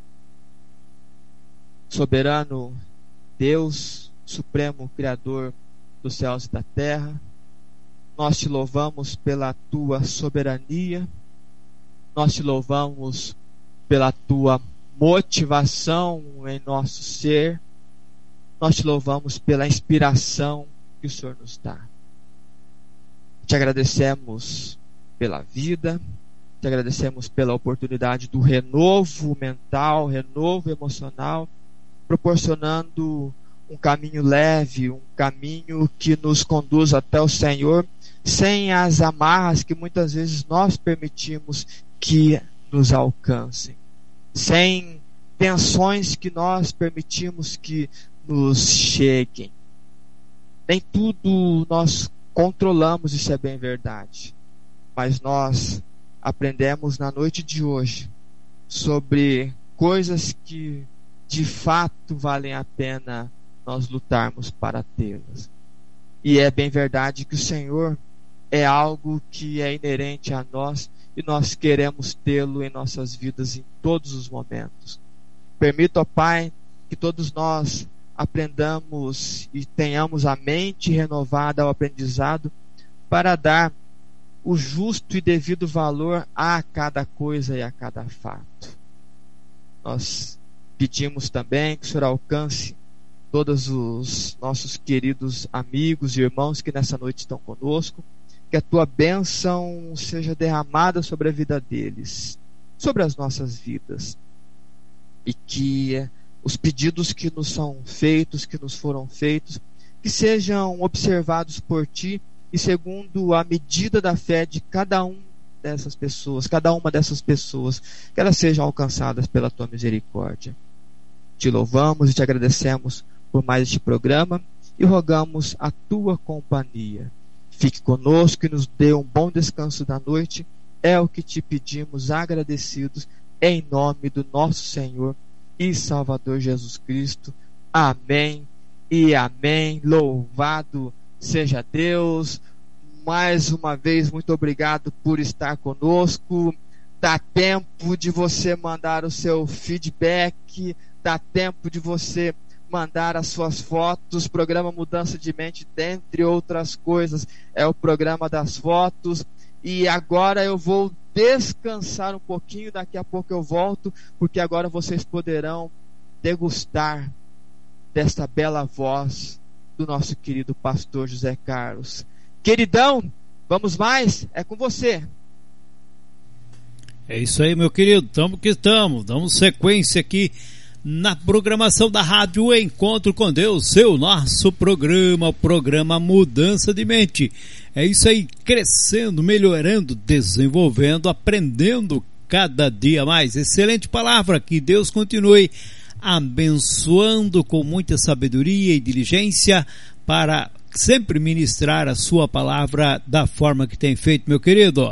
Soberano Deus, Supremo Criador dos céus e da terra, nós Te louvamos pela Tua soberania, nós Te louvamos pela Tua motivação em nosso ser, nós Te louvamos pela inspiração que o Senhor nos dá. Te agradecemos pela vida, Te agradecemos pela oportunidade do renovo mental, renovo emocional, proporcionando um caminho leve, um caminho que nos conduz até o Senhor, sem as amarras que muitas vezes nós permitimos que nos alcancem, sem tensões que nós permitimos que nos cheguem. Nem tudo nós controlamos, isso é bem verdade, mas nós aprendemos na noite de hoje sobre coisas que de fato valem a pena nós lutarmos para tê-las. E é bem verdade que o Senhor é algo que é inerente a nós e nós queremos tê-lo em nossas vidas em todos os momentos. Permita, ó Pai, que todos nós aprendamos e tenhamos a mente renovada ao aprendizado para dar o justo e devido valor a cada coisa e a cada fato. Nós pedimos também que o Senhor alcance todos os nossos queridos amigos e irmãos que nessa noite estão conosco, que a Tua bênção seja derramada sobre a vida deles, sobre as nossas vidas, e que os pedidos que nos são feitos, que nos foram feitos, que sejam observados por Ti e segundo a medida da fé de cada uma dessas pessoas, que elas sejam alcançadas pela Tua misericórdia. Te louvamos e te agradecemos por mais este programa e rogamos a Tua companhia. Fique conosco e nos dê um bom descanso da noite. É o que te pedimos agradecidos em nome do nosso Senhor e Salvador Jesus Cristo. Amém e amém. Louvado seja Deus. Mais uma vez, muito obrigado por estar conosco. Dá tempo de você mandar o seu feedback, dá tempo de você mandar as suas fotos. Programa Mudança de Mente, dentre outras coisas, é o programa das fotos. E agora eu vou descansar um pouquinho, daqui a pouco eu volto, porque agora vocês poderão degustar desta bela voz do nosso querido pastor José Carlos. Queridão, vamos mais? É com você. É isso aí, meu querido, estamos que estamos, damos sequência aqui na programação da Rádio Encontro com Deus, seu nosso programa, o programa Mudança de Mente. É isso aí, crescendo, melhorando, desenvolvendo, aprendendo cada dia mais. Excelente palavra, que Deus continue abençoando com muita sabedoria e diligência para sempre ministrar a sua palavra da forma que tem feito, meu querido.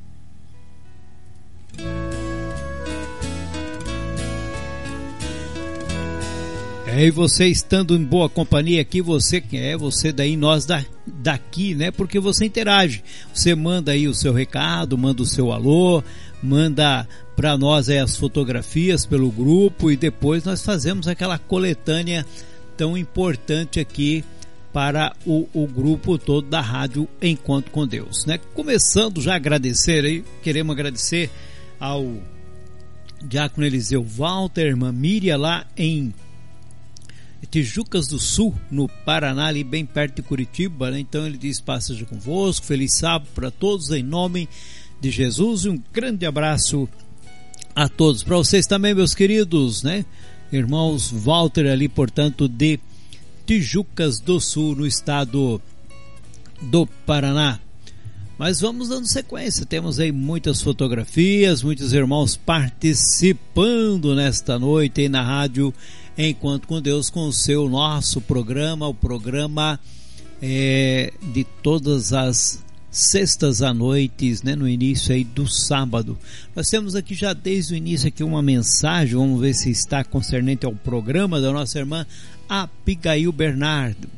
E você estando em boa companhia aqui, você daí, nós daqui, né? Porque você interage, você manda aí o seu recado, manda o seu alô, manda para nós aí as fotografias pelo grupo e depois nós fazemos aquela coletânea tão importante aqui para o grupo todo da Rádio Encontro com Deus, né? Começando já a agradecer aí, queremos agradecer ao Diácono Eliseu Walter, irmã Miriam lá em Tijucas do Sul, no Paraná, ali bem perto de Curitiba, né? Então ele diz: paz seja convosco, feliz sábado para todos em nome de Jesus, e um grande abraço a todos, para vocês também, meus queridos, né? Irmãos Walter ali, portanto, de Tijucas do Sul, no estado do Paraná. Mas vamos dando sequência, temos aí muitas fotografias, muitos irmãos participando nesta noite aí na Rádio Encontro com Deus, com o seu nosso programa, o programa de todas as sextas à noite, né, no início aí do sábado. Nós temos aqui já desde o início aqui uma mensagem, vamos ver se está concernente ao programa da nossa irmã Abigail Bernardo.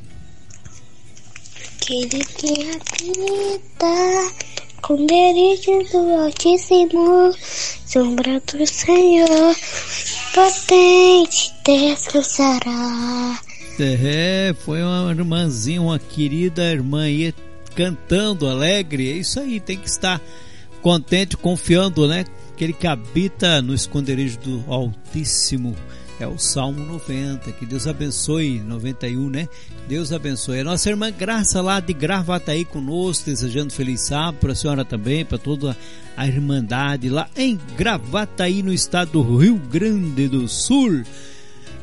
Aquele que habita com delícias do Altíssimo, sombra do Senhor, potente descansará. Foi uma irmãzinha, uma querida irmã aí, cantando alegre. É isso aí, tem que estar contente, confiando, né? Aquele que habita no esconderijo do Altíssimo. É o Salmo 90, que Deus abençoe, 91, né? Deus abençoe. A nossa irmã Graça lá de Gravataí conosco, desejando feliz sábado para a senhora também, para toda a irmandade lá em Gravataí, no estado do Rio Grande do Sul.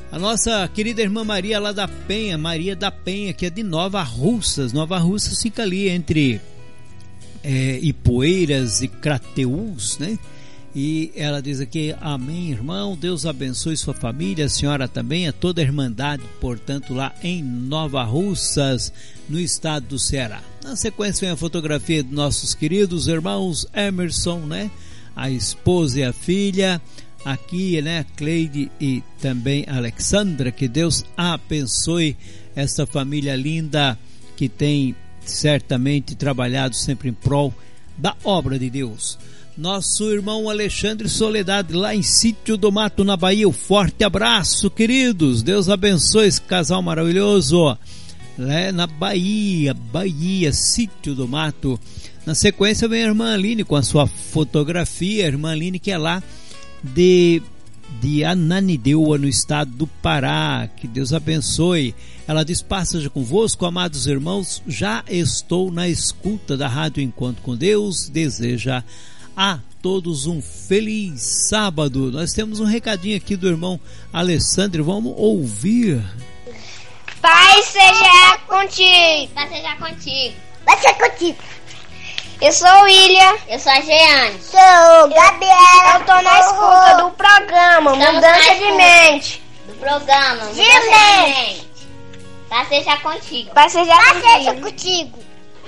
A nossa querida irmã Maria lá da Penha, Maria da Penha, que é de Nova Russas. Nova Russas fica ali entre Ipueiras e Crateús, né? E ela diz aqui: amém, irmão, Deus abençoe sua família, a senhora também, a toda a irmandade, portanto, lá em Nova Russas, no estado do Ceará. Na sequência vem a fotografia de nossos queridos irmãos Emerson, né? A esposa e a filha, aqui, né? Cleide e também Alexandra. Que Deus abençoe esta família linda que tem certamente trabalhado sempre em prol da obra de Deus. Nosso irmão Alexandre Soledade, lá em Sítio do Mato, na Bahia. Um forte abraço, queridos. Deus abençoe esse casal maravilhoso, né? Na Bahia, Sítio do Mato. Na sequência vem a irmã Aline com a sua fotografia. A irmã Aline, que é lá de Ananindeua, no estado do Pará. Que Deus abençoe. Ela diz: paz seja convosco, amados irmãos. Já estou na escuta da Rádio Encontro com Deus. Deseja a todos um feliz sábado. Nós temos um recadinho aqui do irmão Alessandro, vamos ouvir. Pai seja contigo. Pai seja contigo. Vai ser contigo. Eu sou o William. Eu sou a Jeane. Sou Gabriela. Eu tô na escuta do programa Mudança de Mente. Do programa Mudança de Mente. Pai seja contigo. Pai seja contigo.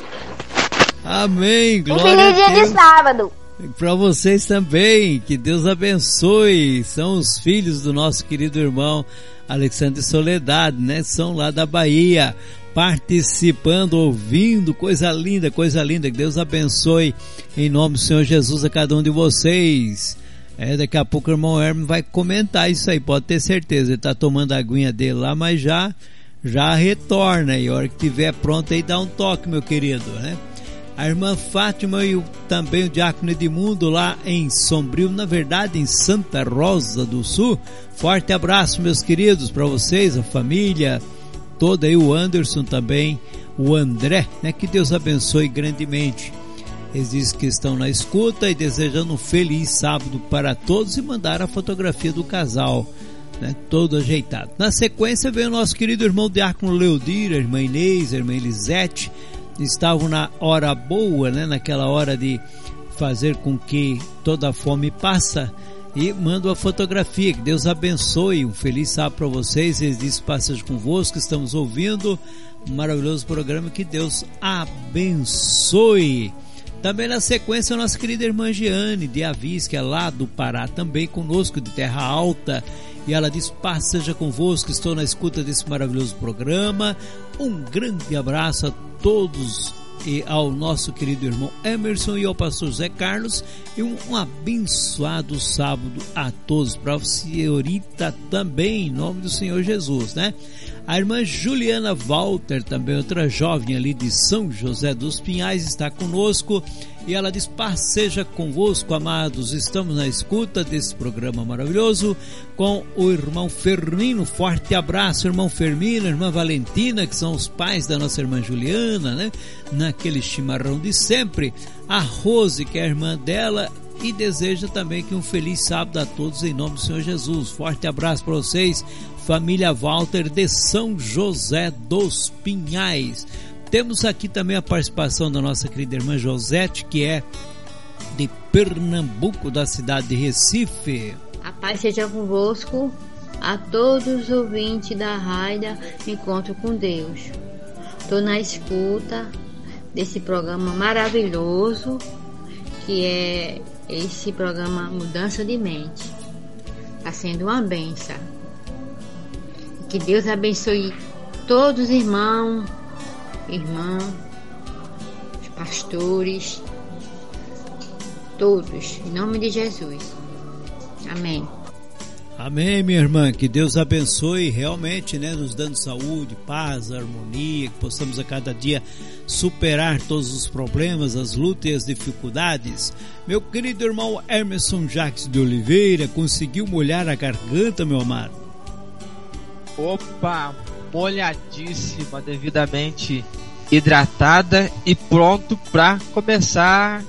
Amém. Glória a Deus. Um feliz dia de sábado. Para vocês também, que Deus abençoe. São os filhos do nosso querido irmão Alexandre Soledade, né? São lá da Bahia, participando, ouvindo, coisa linda, que Deus abençoe em nome do Senhor Jesus a cada um de vocês. Daqui a pouco o irmão Hermes vai comentar isso aí, pode ter certeza. Ele tá tomando a aguinha dele lá, mas já retorna, e a hora que tiver pronto aí dá um toque, meu querido, né? A irmã Fátima e também o diácono Edmundo lá em Sombrio, na verdade em Santa Rosa do Sul. Forte abraço, meus queridos, para vocês, a família toda aí, o Anderson também, o André, né? Que Deus abençoe grandemente. Eles dizem que estão na escuta e desejando um feliz sábado para todos, e mandaram a fotografia do casal, né? Todo ajeitado. Na sequência vem o nosso querido irmão diácono Leodir, a irmã Inês, a irmã Elisete. Estavam na hora boa, né? Naquela hora de fazer com que toda a fome passa, e mando a fotografia. Que Deus abençoe, um feliz sábado para vocês. Eles dizem: passagem convosco, estamos ouvindo um maravilhoso programa, que Deus abençoe. Também na sequência a nossa querida irmã Jeane de Avis, que é lá do Pará, também conosco, de Terra Alta, e ela diz: paz seja convosco, estou na escuta desse maravilhoso programa. Um grande abraço a todos e ao nosso querido irmão Emerson e ao pastor Zé Carlos, e um abençoado sábado a todos, para a senhorita também, em nome do Senhor Jesus, né? A irmã Juliana Walter, também outra jovem ali de São José dos Pinhais, está conosco, e ela diz: paz seja convosco, amados. Estamos na escuta desse programa maravilhoso com o irmão Fermino. Forte abraço, irmão Fermino, irmã Valentina, que são os pais da nossa irmã Juliana, né? Naquele chimarrão de sempre. A Rose, que é a irmã dela, e deseja também que um feliz sábado a todos em nome do Senhor Jesus. Forte abraço para vocês, família Walter de São José dos Pinhais. Temos aqui também a participação da nossa querida irmã Josete, que é de Pernambuco, da cidade de Recife. A paz seja convosco, a todos os ouvintes da Rádio Encontro com Deus. Estou na escuta desse programa maravilhoso, que é esse programa Mudança de Mente. Está sendo uma bênção. Que Deus abençoe todos os irmãos, os pastores, todos, em nome de Jesus. Amém. Amém, minha irmã, que Deus abençoe realmente, né, nos dando saúde, paz, harmonia, que possamos a cada dia superar todos os problemas, as lutas e as dificuldades. Meu querido irmão Emerson Jacques de Oliveira, conseguiu molhar a garganta, meu amado? Opa, molhadíssima, devidamente hidratada e pronto para começar,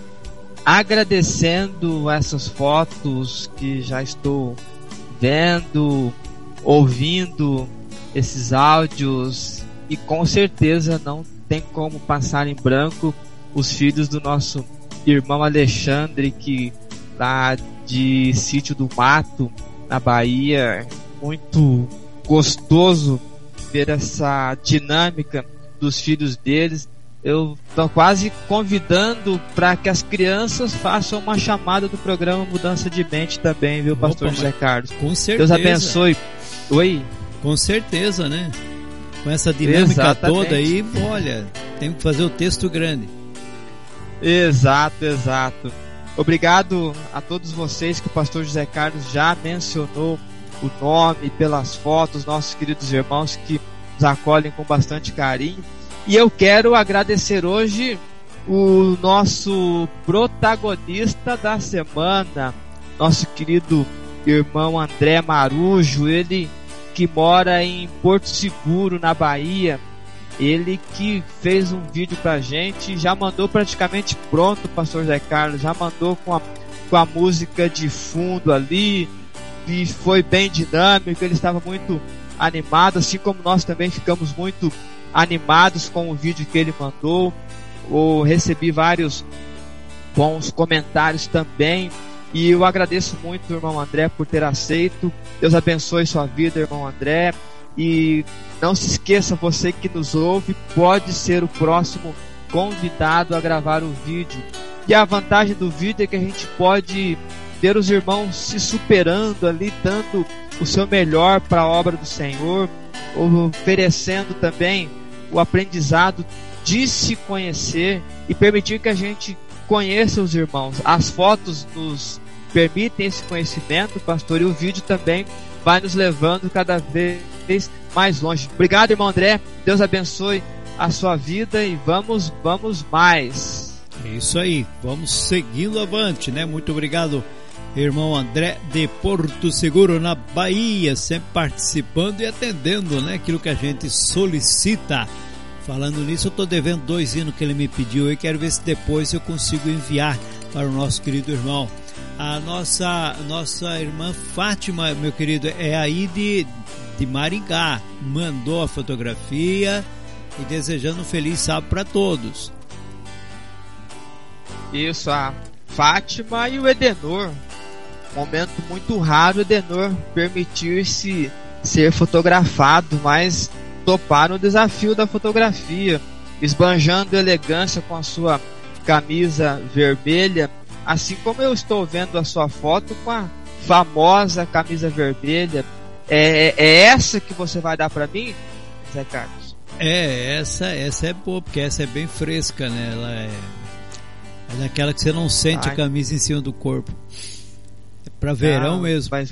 agradecendo essas fotos que já estou vendo, ouvindo esses áudios, e com certeza não tem como passar em branco os filhos do nosso irmão Alexandre, que lá de Sítio do Mato, na Bahia. Muito gostoso ver essa dinâmica dos filhos deles. Eu estou quase convidando para que as crianças façam uma chamada do programa Mudança de Mente também, viu, pastor José Carlos? Com certeza. Deus abençoe. Oi? Com certeza, né? Com essa dinâmica Exatamente. toda aí, olha, tem que fazer o texto grande. Exato. Obrigado a todos vocês que o pastor José Carlos já mencionou o nome pelas fotos, nossos queridos irmãos que nos acolhem com bastante carinho. E eu quero agradecer hoje o nosso protagonista da semana, nosso querido irmão André Marujo, ele que mora em Porto Seguro, na Bahia. Ele que fez um vídeo pra gente, já mandou praticamente pronto, pastor Zé Carlos, já mandou com a música de fundo ali, e foi bem dinâmico, ele estava muito animado, assim como nós também ficamos muito animados com o vídeo que ele mandou. Eu recebi vários bons comentários também, e eu agradeço muito, irmão André, por ter aceito. Deus abençoe sua vida, irmão André, e não se esqueça, você que nos ouve pode ser o próximo convidado a gravar o vídeo. E a vantagem do vídeo é que a gente pode ver os irmãos se superando ali, dando o seu melhor para a obra do Senhor, oferecendo também o aprendizado de se conhecer e permitir que a gente conheça os irmãos. As fotos nos permitem esse conhecimento, pastor, e o vídeo também vai nos levando cada vez mais longe. Obrigado, irmão André, Deus abençoe a sua vida e vamos mais. É isso aí, vamos seguindo avante, né? Muito obrigado, irmão André de Porto Seguro, na Bahia, sempre participando e atendendo, né, aquilo que a gente solicita. Falando nisso, eu estou devendo 2 hinos que ele me pediu e quero ver se depois eu consigo enviar para o nosso querido irmão. A nossa irmã Fátima, meu querido, é aí de Maringá, mandou a fotografia e desejando um feliz sábado para todos. Isso, a Fátima e o Edenor. Momento muito raro, o Edenor permitir-se ser fotografado, mas toparam o desafio da fotografia, esbanjando elegância com a sua camisa vermelha, assim como eu estou vendo a sua foto com a famosa camisa vermelha. É essa que você vai dar para mim, Zé Carlos? Essa é boa, porque essa é bem fresca, né? Ela é daquela que você não sente a camisa em cima do corpo. É para verão mesmo. Mas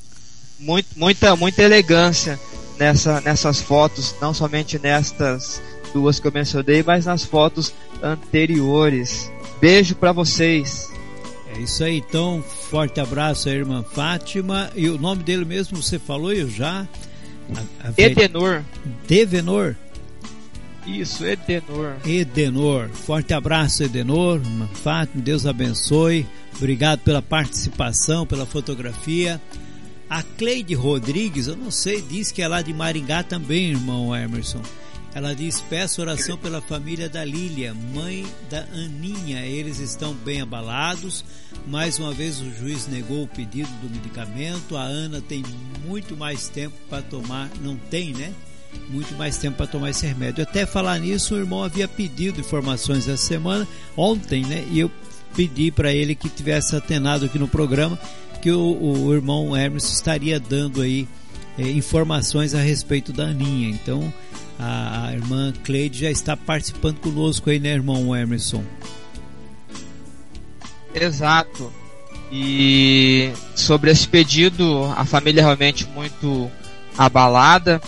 muita elegância nessas fotos, não somente nestas 2 que eu mencionei, mas nas fotos anteriores. Beijo para vocês. É isso aí, então, forte abraço à irmã Fátima. E o nome dele mesmo você falou, eu já... Edenor. Devenor? Isso, Edenor. Edenor, forte abraço, Edenor, irmã Fátima, Deus abençoe. Obrigado pela participação, pela fotografia. A Cleide Rodrigues, eu não sei, diz que é lá de Maringá também, irmão Emerson. Ela diz: peço oração pela família da Lília, mãe da Aninha. Eles estão bem abalados. Mais uma vez o juiz negou o pedido do medicamento. A Ana tem muito mais tempo para tomar, não tem, né? Muito mais tempo para tomar esse remédio. Até falar nisso, o irmão havia pedido informações essa semana, ontem, né? E eu pedi para ele que tivesse atenado aqui no programa, que o irmão Emerson estaria dando aí informações a respeito da Aninha. Então a irmã Cleide já está participando conosco aí, né, irmão Emerson? Exato. E sobre esse pedido, a família é realmente muito abalada.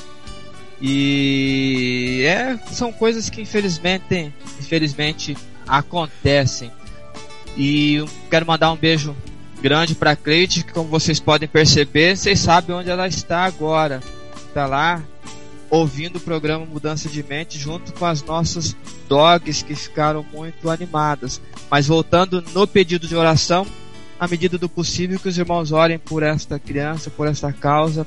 E são coisas que infelizmente acontecem. E eu quero mandar um beijo grande para a Cleide, que, como vocês podem perceber, vocês sabem onde ela está agora. Está lá ouvindo o programa Mudança de Mente junto com as nossas dogs, que ficaram muito animadas. Mas voltando no pedido de oração, à medida do possível que os irmãos orem por esta criança, por esta causa,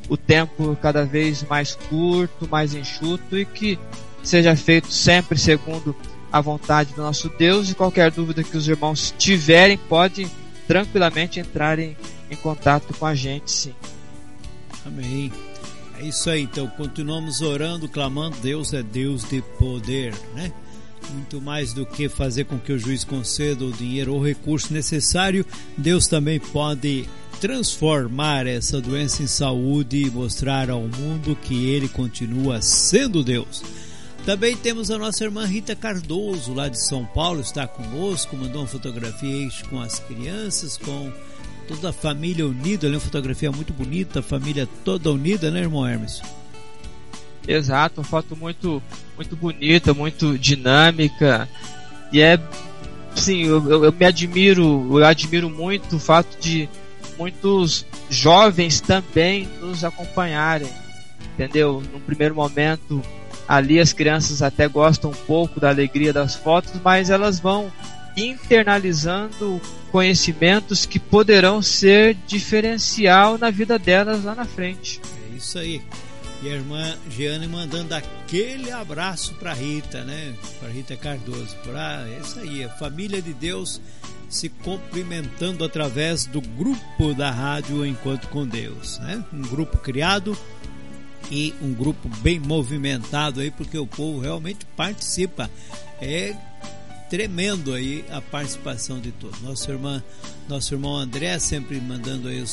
o tempo cada vez mais curto, mais enxuto, e que seja feito sempre segundo a vontade do nosso Deus. E qualquer dúvida que os irmãos tiverem, podem tranquilamente entrar em contato com a gente, sim. Amém. É isso aí, então continuamos orando, clamando. Deus é Deus de poder, né? Muito mais do que fazer com que o juiz conceda o dinheiro ou o recurso necessário, Deus também pode transformar essa doença em saúde e mostrar ao mundo que Ele continua sendo Deus. Também temos a nossa irmã Rita Cardoso, lá de São Paulo, está conosco, mandou uma fotografia aí com as crianças, com toda a família unida, uma fotografia muito bonita, a família toda unida, né, irmão Hermes? Exato, uma foto muito, muito bonita, muito dinâmica, e é, sim, eu admiro muito o fato de muitos jovens também nos acompanharem, entendeu? No primeiro momento, ali as crianças até gostam um pouco da alegria das fotos, mas elas vão internalizando conhecimentos que poderão ser diferencial na vida delas lá na frente. É isso aí. E a irmã Jeane mandando aquele abraço para Rita, né? Para Rita Cardoso. É isso aí, a família de Deus se cumprimentando através do grupo da rádio Encontro com Deus, né? Um grupo criado e um grupo bem movimentado aí, porque o povo realmente participa. É tremendo aí a participação de todos. Nosso irmão André sempre mandando aí os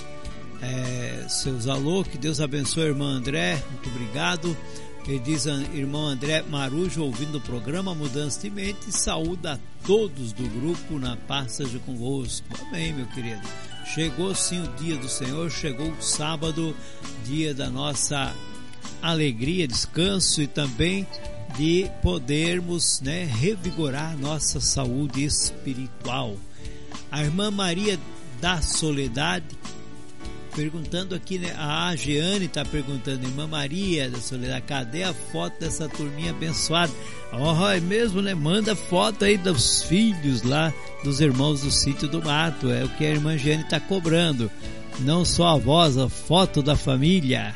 seus alô. Que Deus abençoe, irmão André, muito obrigado. Ele diz: irmão André Marujo, ouvindo o programa Mudança de Mente, saúda a todos do grupo, na paz seja convosco. Amém, meu querido. Chegou sim o dia do Senhor, chegou o sábado, dia da nossa alegria, descanso e também de podermos, né, revigorar nossa saúde espiritual. A irmã Maria da Soledade perguntando aqui, né? A Jeane está perguntando: irmã Maria da Soledade, cadê a foto dessa turminha abençoada? É mesmo, né? Manda foto aí dos filhos lá, dos irmãos do Sítio do Mato. É o que a irmã Jeane está cobrando. Não só a voz, a foto da família.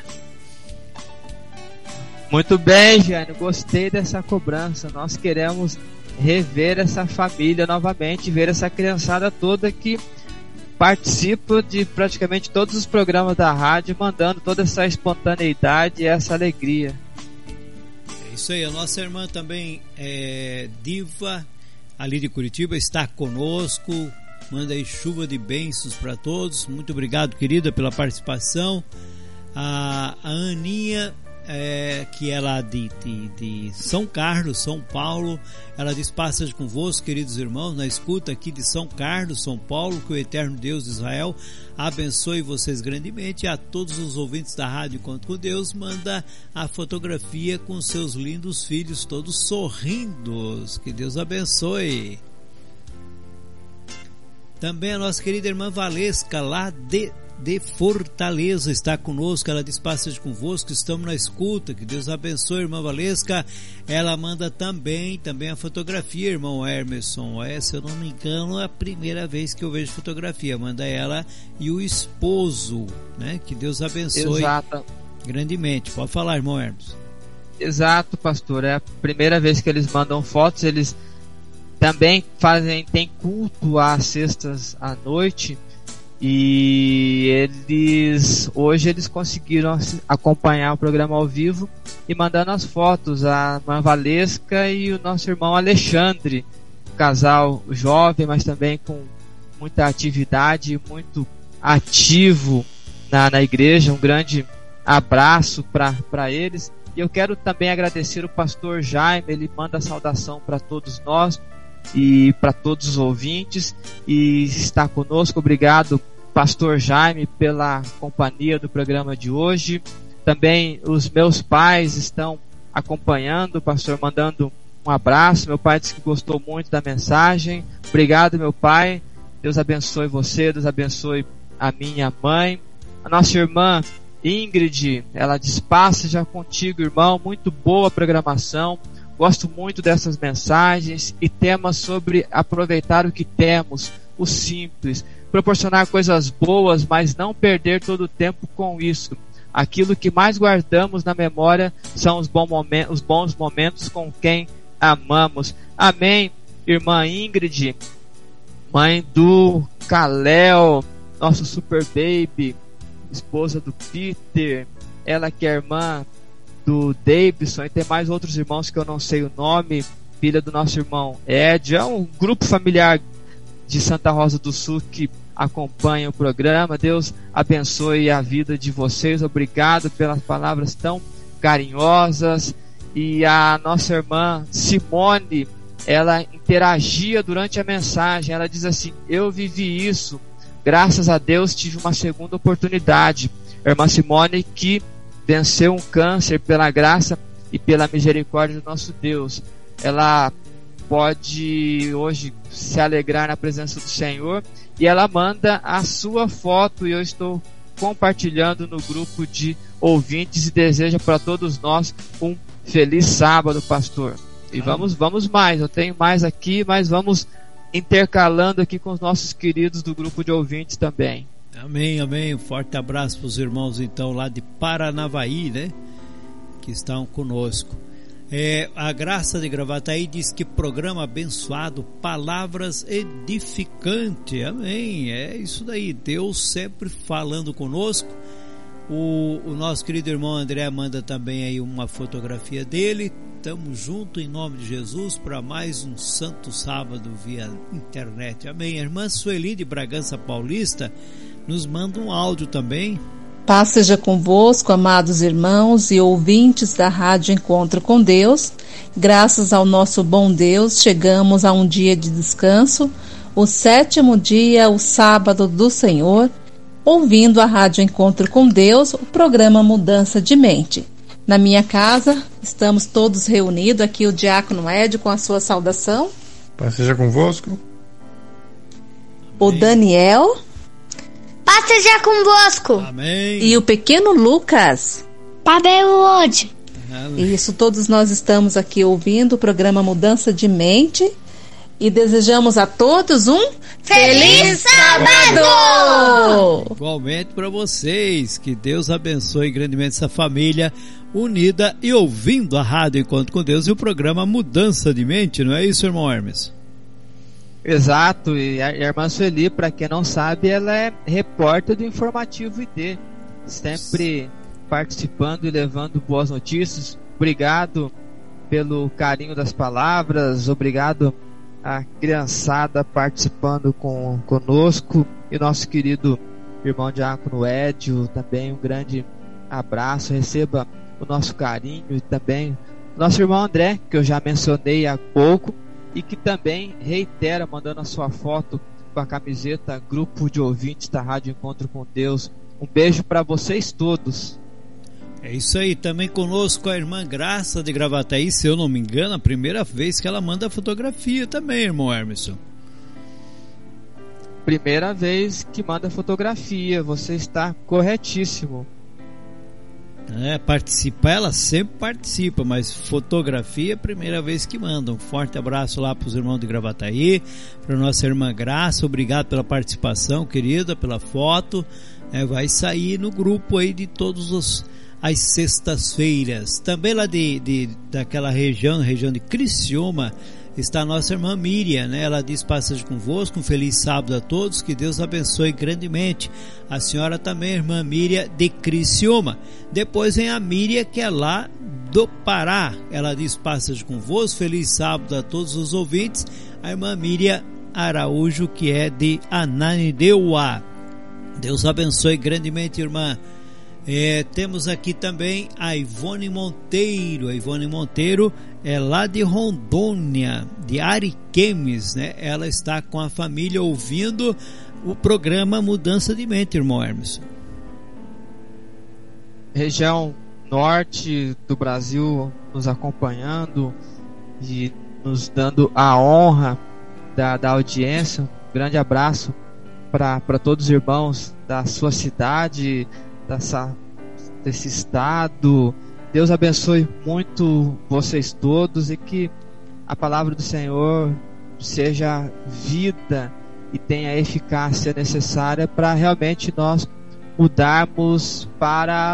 Muito bem, Jeane, gostei dessa cobrança. Nós queremos rever essa família novamente, ver essa criançada toda que participa de praticamente todos os programas da rádio, mandando toda essa espontaneidade e essa alegria. É isso aí, a nossa irmã também, Diva, ali de Curitiba, está conosco, manda aí chuva de bênçãos para todos. Muito obrigado, querida, pela participação. A Aninha, que é lá de São Carlos, São Paulo, ela diz: paz seja convosco, queridos irmãos, na escuta aqui de São Carlos, São Paulo, que o eterno Deus de Israel abençoe vocês grandemente. A todos os ouvintes da Rádio Encontro com Deus, manda a fotografia com seus lindos filhos, todos sorrindo, que Deus abençoe. Também a nossa querida irmã Valesca, lá de Fortaleza, está conosco. Ela diz: paz seja convosco, estamos na escuta, que Deus abençoe, irmã Valesca. Ela manda também a fotografia, irmão Emerson. Se eu não me engano, é a primeira vez que eu vejo fotografia. Manda ela e o esposo, né? Que Deus abençoe. Exato. Grandemente. Pode falar, irmão Emerson. Exato, pastor, é a primeira vez que eles mandam fotos. Eles também tem culto às sextas à noite. E hoje eles conseguiram acompanhar o programa ao vivo e mandando as fotos, a irmã Valesca e o nosso irmão Alexandre, um casal jovem, mas também com muita atividade, muito ativo na igreja. Um grande abraço para eles. E eu quero também agradecer o pastor Jaime, ele manda saudação para todos nós e para todos os ouvintes, e está conosco. Obrigado, pastor Jaime, pela companhia do programa de hoje. Também os meus pais estão acompanhando, pastor, mandando um abraço. Meu pai disse que gostou muito da mensagem. Obrigado, meu pai. Deus abençoe você, Deus abençoe a minha mãe. A nossa irmã Ingrid, ela diz: paz seja contigo, irmão. Muito boa programação. Gosto muito dessas mensagens e temas sobre aproveitar o que temos, o simples, proporcionar coisas boas, mas não perder todo o tempo com isso. aquilo que mais guardamos na memória são os bons momentos com quem amamos. Amém, irmã Ingrid, mãe do Kalel, nosso super baby, esposa do Peter, ela que é irmã do Davidson, e tem mais outros irmãos que eu não sei o nome, filha do nosso irmão Ed. É um grupo familiar de Santa Rosa do Sul que acompanha o programa. Deus abençoe a vida de vocês, obrigado pelas palavras tão carinhosas. E a nossa irmã Simone, ela interagia durante a mensagem, ela diz assim: eu vivi isso, graças a Deus tive uma segunda oportunidade. A irmã Simone que venceu um câncer pela graça e pela misericórdia do nosso Deus. Ela pode hoje se alegrar na presença do Senhor, e ela manda a sua foto, e eu estou compartilhando no grupo de ouvintes, e deseja para todos nós um feliz sábado, pastor. E vamos mais, eu tenho mais aqui, mas vamos intercalando aqui com os nossos queridos do grupo de ouvintes também. Amém, amém. Um forte abraço para os irmãos então lá de Paranavaí, né, que estão conosco. A Graça de Gravataí diz que programa abençoado, palavras edificantes. Amém, é isso daí, Deus sempre falando conosco. O nosso querido irmão André manda também aí uma fotografia dele. Estamos juntos em nome de Jesus para mais um santo sábado via internet. Amém. A irmã Sueli de Bragança Paulista nos manda um áudio também. Paz seja convosco, amados irmãos e ouvintes da Rádio Encontro com Deus. Graças ao nosso bom Deus, chegamos a um dia de descanso, o 7º dia, o sábado do Senhor, ouvindo a Rádio Encontro com Deus, o programa Mudança de Mente. Na minha casa, estamos todos reunidos, aqui o diácono Ed com a sua saudação. Paz seja convosco. O Daniel. Paz seja convosco. Amém. E o pequeno Lucas. Pabelude. Isso, todos nós estamos aqui ouvindo o programa Mudança de Mente e desejamos a todos um Feliz Sábado! Igualmente para vocês, que Deus abençoe grandemente essa família unida e ouvindo a Rádio Encontro com Deus e o programa Mudança de Mente, não é isso, irmão Hermes? Exato, e a irmã Sueli, para quem não sabe, ela é repórter do Informativo ID, sempre participando e levando boas notícias. Obrigado pelo carinho das palavras, obrigado a criançada participando conosco, e nosso querido irmão diácono Edio também, um grande abraço, receba o nosso carinho, e também o nosso irmão André, que eu já mencionei há pouco, e que também reitera mandando a sua foto com a camiseta Grupo de Ouvintes da Rádio Encontro com Deus. Um beijo para vocês todos. É isso aí, também conosco a irmã Graça de Gravataí, se eu não me engano, a primeira vez que ela manda fotografia também, irmão Hermeson. Primeira vez que manda fotografia, você está corretíssimo. Participar, ela sempre participa, mas fotografia é a primeira vez que manda. Um forte abraço lá para os irmãos de Gravataí, para nossa irmã Graça, obrigado pela participação, querida, pela foto. Vai sair no grupo aí de todas as sextas-feiras. Também lá daquela região de Criciúma, está a nossa irmã Miriam, né? Ela diz: paz seja convosco, um feliz sábado a todos, que Deus abençoe grandemente. A senhora também, irmã Miriam de Criciúma. Depois vem a Miriam, que é lá do Pará. Ela diz: paz seja convosco, feliz sábado a todos os ouvintes. A irmã Miriam Araújo, que é de Ananindeua. Deus abençoe grandemente, irmã. Temos aqui também a Ivone Monteiro. A Ivone Monteiro é lá de Rondônia, de Ariquemes, né? Ela está com a família ouvindo o programa Mudança de Mente, irmão Hermes. Região norte do Brasil nos acompanhando e nos dando a honra da audiência. Um grande abraço para todos os irmãos da sua cidade, desse estado. Deus abençoe muito vocês todos e que a palavra do Senhor seja vida e tenha a eficácia necessária para realmente nós mudarmos para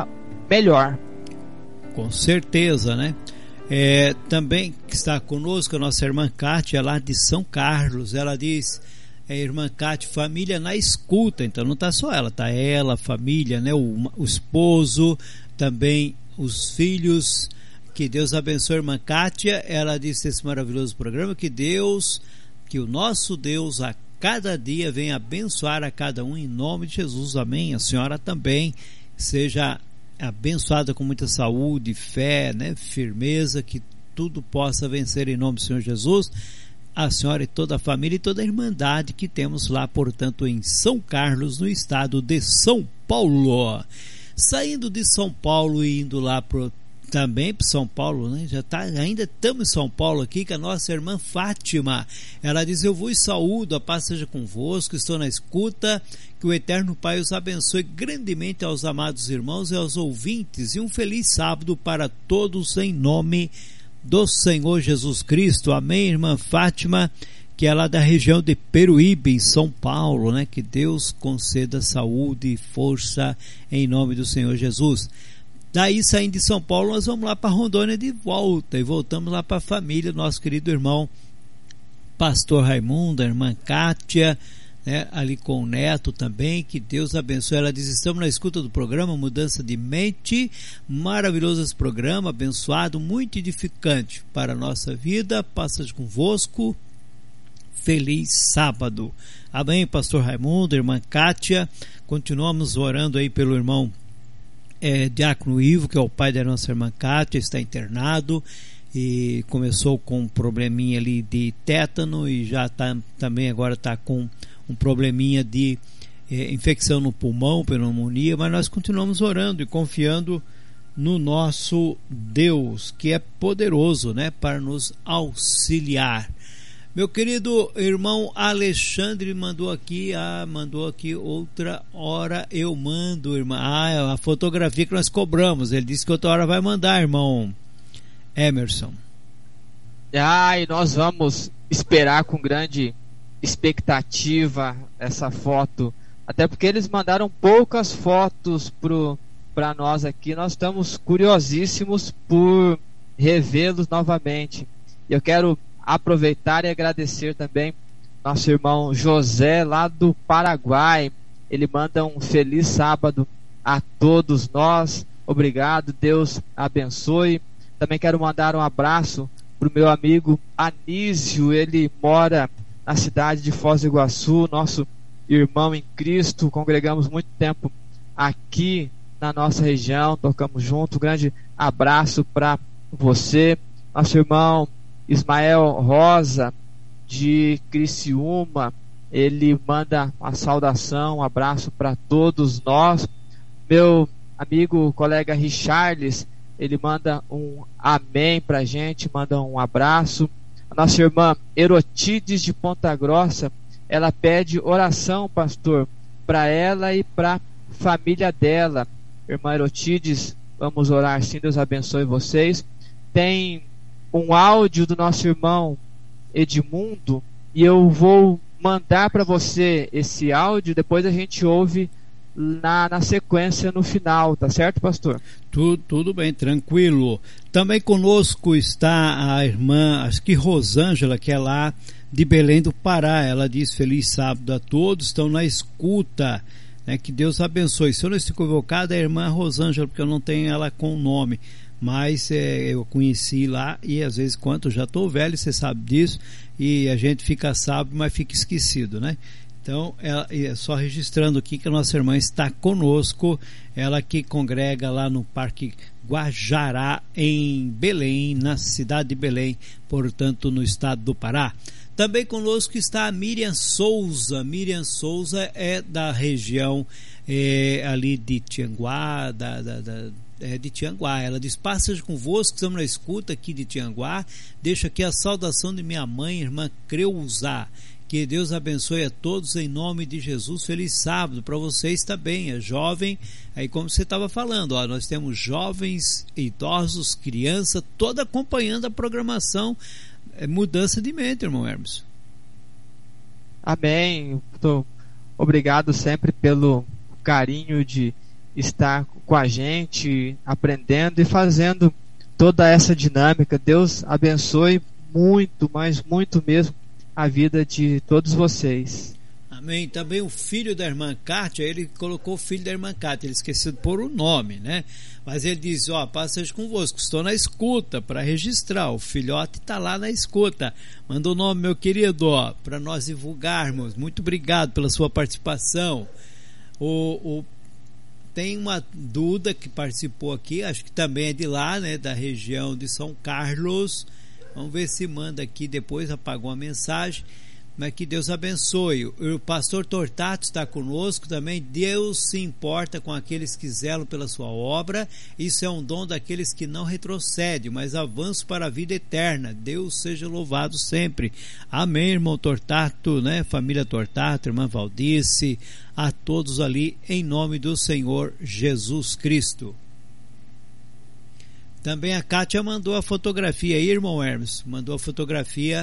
melhor. Com certeza, né? Também está conosco a nossa irmã Cátia, lá de São Carlos. Ela diz, irmã Cátia, família na escuta. Então não está só ela, está ela, a família, né? O esposo, também os filhos. Que Deus abençoe a irmã Cátia. Ela disse esse maravilhoso programa, que o nosso Deus a cada dia venha abençoar a cada um em nome de Jesus, amém. A senhora também seja abençoada com muita saúde, fé, né, firmeza, que tudo possa vencer em nome do Senhor Jesus, a senhora e toda a família e toda a irmandade que temos lá, portanto, em São Carlos, no estado de São Paulo. Saindo de São Paulo e indo lá também para São Paulo, né? Ainda estamos em São Paulo aqui, com a nossa irmã Fátima. Ela diz, eu vos saúdo, a paz seja convosco, estou na escuta, que o Eterno Pai os abençoe grandemente aos amados irmãos e aos ouvintes, e um feliz sábado para todos em nome do Senhor Jesus Cristo, amém, irmã Fátima, que é lá da região de Peruíbe, em São Paulo, né? Que Deus conceda saúde e força em nome do Senhor Jesus. Daí, saindo de São Paulo, nós vamos lá para Rondônia de volta e voltamos lá para a família, nosso querido irmão Pastor Raimundo, a irmã Cátia, né, ali com o neto também, que Deus abençoe. Ela diz, estamos na escuta do programa Mudança de Mente, maravilhoso esse programa, abençoado, muito edificante para a nossa vida, passa convosco, feliz sábado. Amém, Pastor Raimundo, irmã Cátia, continuamos orando aí pelo irmão Diácono Ivo, que é o pai da nossa irmã Cátia, está internado e começou com um probleminha ali de tétano e já também agora está com um probleminha de infecção no pulmão, pneumonia, mas nós continuamos orando e confiando no nosso Deus, que é poderoso, né, para nos auxiliar. Meu querido irmão Alexandre mandou aqui outra hora eu mando, irmã. A fotografia que nós cobramos. Ele disse que outra hora vai mandar, irmão Emerson. E nós vamos esperar com grande expectativa essa foto. Até porque eles mandaram poucas fotos para nós aqui. Nós estamos curiosíssimos por revê-los novamente. Eu quero aproveitar e agradecer também nosso irmão José lá do Paraguai. Ele manda um feliz sábado a todos nós. Obrigado, Deus abençoe. Também quero mandar um abraço para o meu amigo Anísio. Ele mora na cidade de Foz do Iguaçu, nosso irmão em Cristo. Congregamos muito tempo aqui na nossa região, tocamos junto. Um grande abraço para você. Nosso irmão Ismael Rosa de Criciúma, ele manda uma saudação, um abraço para todos nós. Meu amigo, colega Richarles, ele manda um amém para a gente, manda um abraço. A nossa irmã Erotides de Ponta Grossa, ela pede oração, pastor, para ela e para a família dela. Irmã Erotides, vamos orar sim, Deus abençoe vocês. Tem um áudio do nosso irmão Edmundo e eu vou mandar para você esse áudio, depois a gente ouve na sequência no final, tá certo, pastor? Tudo bem, tranquilo. Também conosco está a irmã, acho que Rosângela, que é lá de Belém do Pará. Ela diz feliz sábado a todos, estão na escuta, né? Que Deus abençoe. Se eu não estou equivocado, é a irmã Rosângela, porque eu não tenho ela com o nome, mas eu conheci lá e às vezes, quando eu já estou velho, você sabe disso, e a gente fica sábio, mas fica esquecido, né? Então, só registrando aqui que a nossa irmã está conosco, ela que congrega lá no Parque Guajará, em Belém, na cidade de Belém, portanto, no estado do Pará. Também conosco está a Miriam Souza. Miriam Souza é da região ali de Tianguá, de Tianguá. Ela diz, paz seja convosco, estamos na escuta aqui de Tianguá. Deixo aqui a saudação de minha mãe, irmã Creuza. Que Deus abençoe a todos em nome de Jesus. Feliz sábado para vocês também. É jovem, aí como você estava falando, nós temos jovens, idosos, crianças, toda acompanhando a programação Mudança de Mente, irmão Hermes. Amém. Obrigado sempre pelo carinho de estar com a gente, aprendendo e fazendo toda essa dinâmica. Deus abençoe muito, mas muito mesmo, a vida de todos vocês. Amém. Também o filho da irmã Kátia, ele colocou o filho da irmã Kátia, ele esqueceu de pôr o nome, né? Mas ele diz, paz seja convosco, estou na escuta, para registrar, o filhote está lá na escuta. Manda o nome, meu querido, para nós divulgarmos. Muito obrigado pela sua participação. Tem uma Duda que participou aqui, acho que também é de lá, né? Da região de São Carlos. Vamos ver se manda aqui depois, apagou a mensagem. Mas que Deus abençoe. O pastor Tortato está conosco também. Deus se importa com aqueles que zelam pela sua obra. Isso é um dom daqueles que não retrocedem, mas avançam para a vida eterna. Deus seja louvado sempre. Amém, irmão Tortato, né? Família Tortato, irmã Valdice, a todos ali, em nome do Senhor Jesus Cristo. Também a Kátia mandou a fotografia aí, irmão Hermes. Mandou a fotografia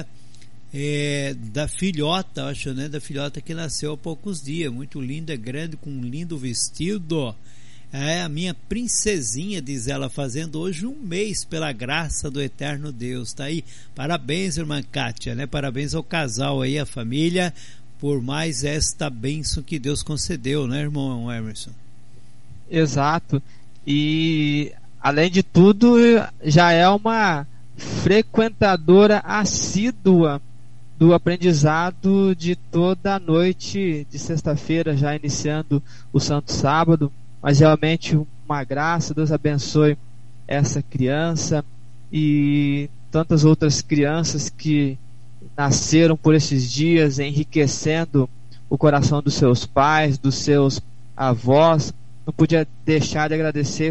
da filhota, acho, né? Da filhota que nasceu há poucos dias, muito linda, grande, com um lindo vestido. É a minha princesinha, diz ela, fazendo hoje 1 mês, pela graça do eterno Deus. Tá aí, parabéns, irmã Kátia, né? Parabéns ao casal aí, a família, por mais esta bênção que Deus concedeu, né, irmão Emerson? Exato. E além de tudo, já é uma frequentadora assídua do aprendizado de toda a noite de sexta-feira, já iniciando o Santo Sábado. Mas realmente uma graça. Deus abençoe essa criança e tantas outras crianças que nasceram por esses dias, enriquecendo o coração dos seus pais, dos seus avós. Não podia deixar de agradecer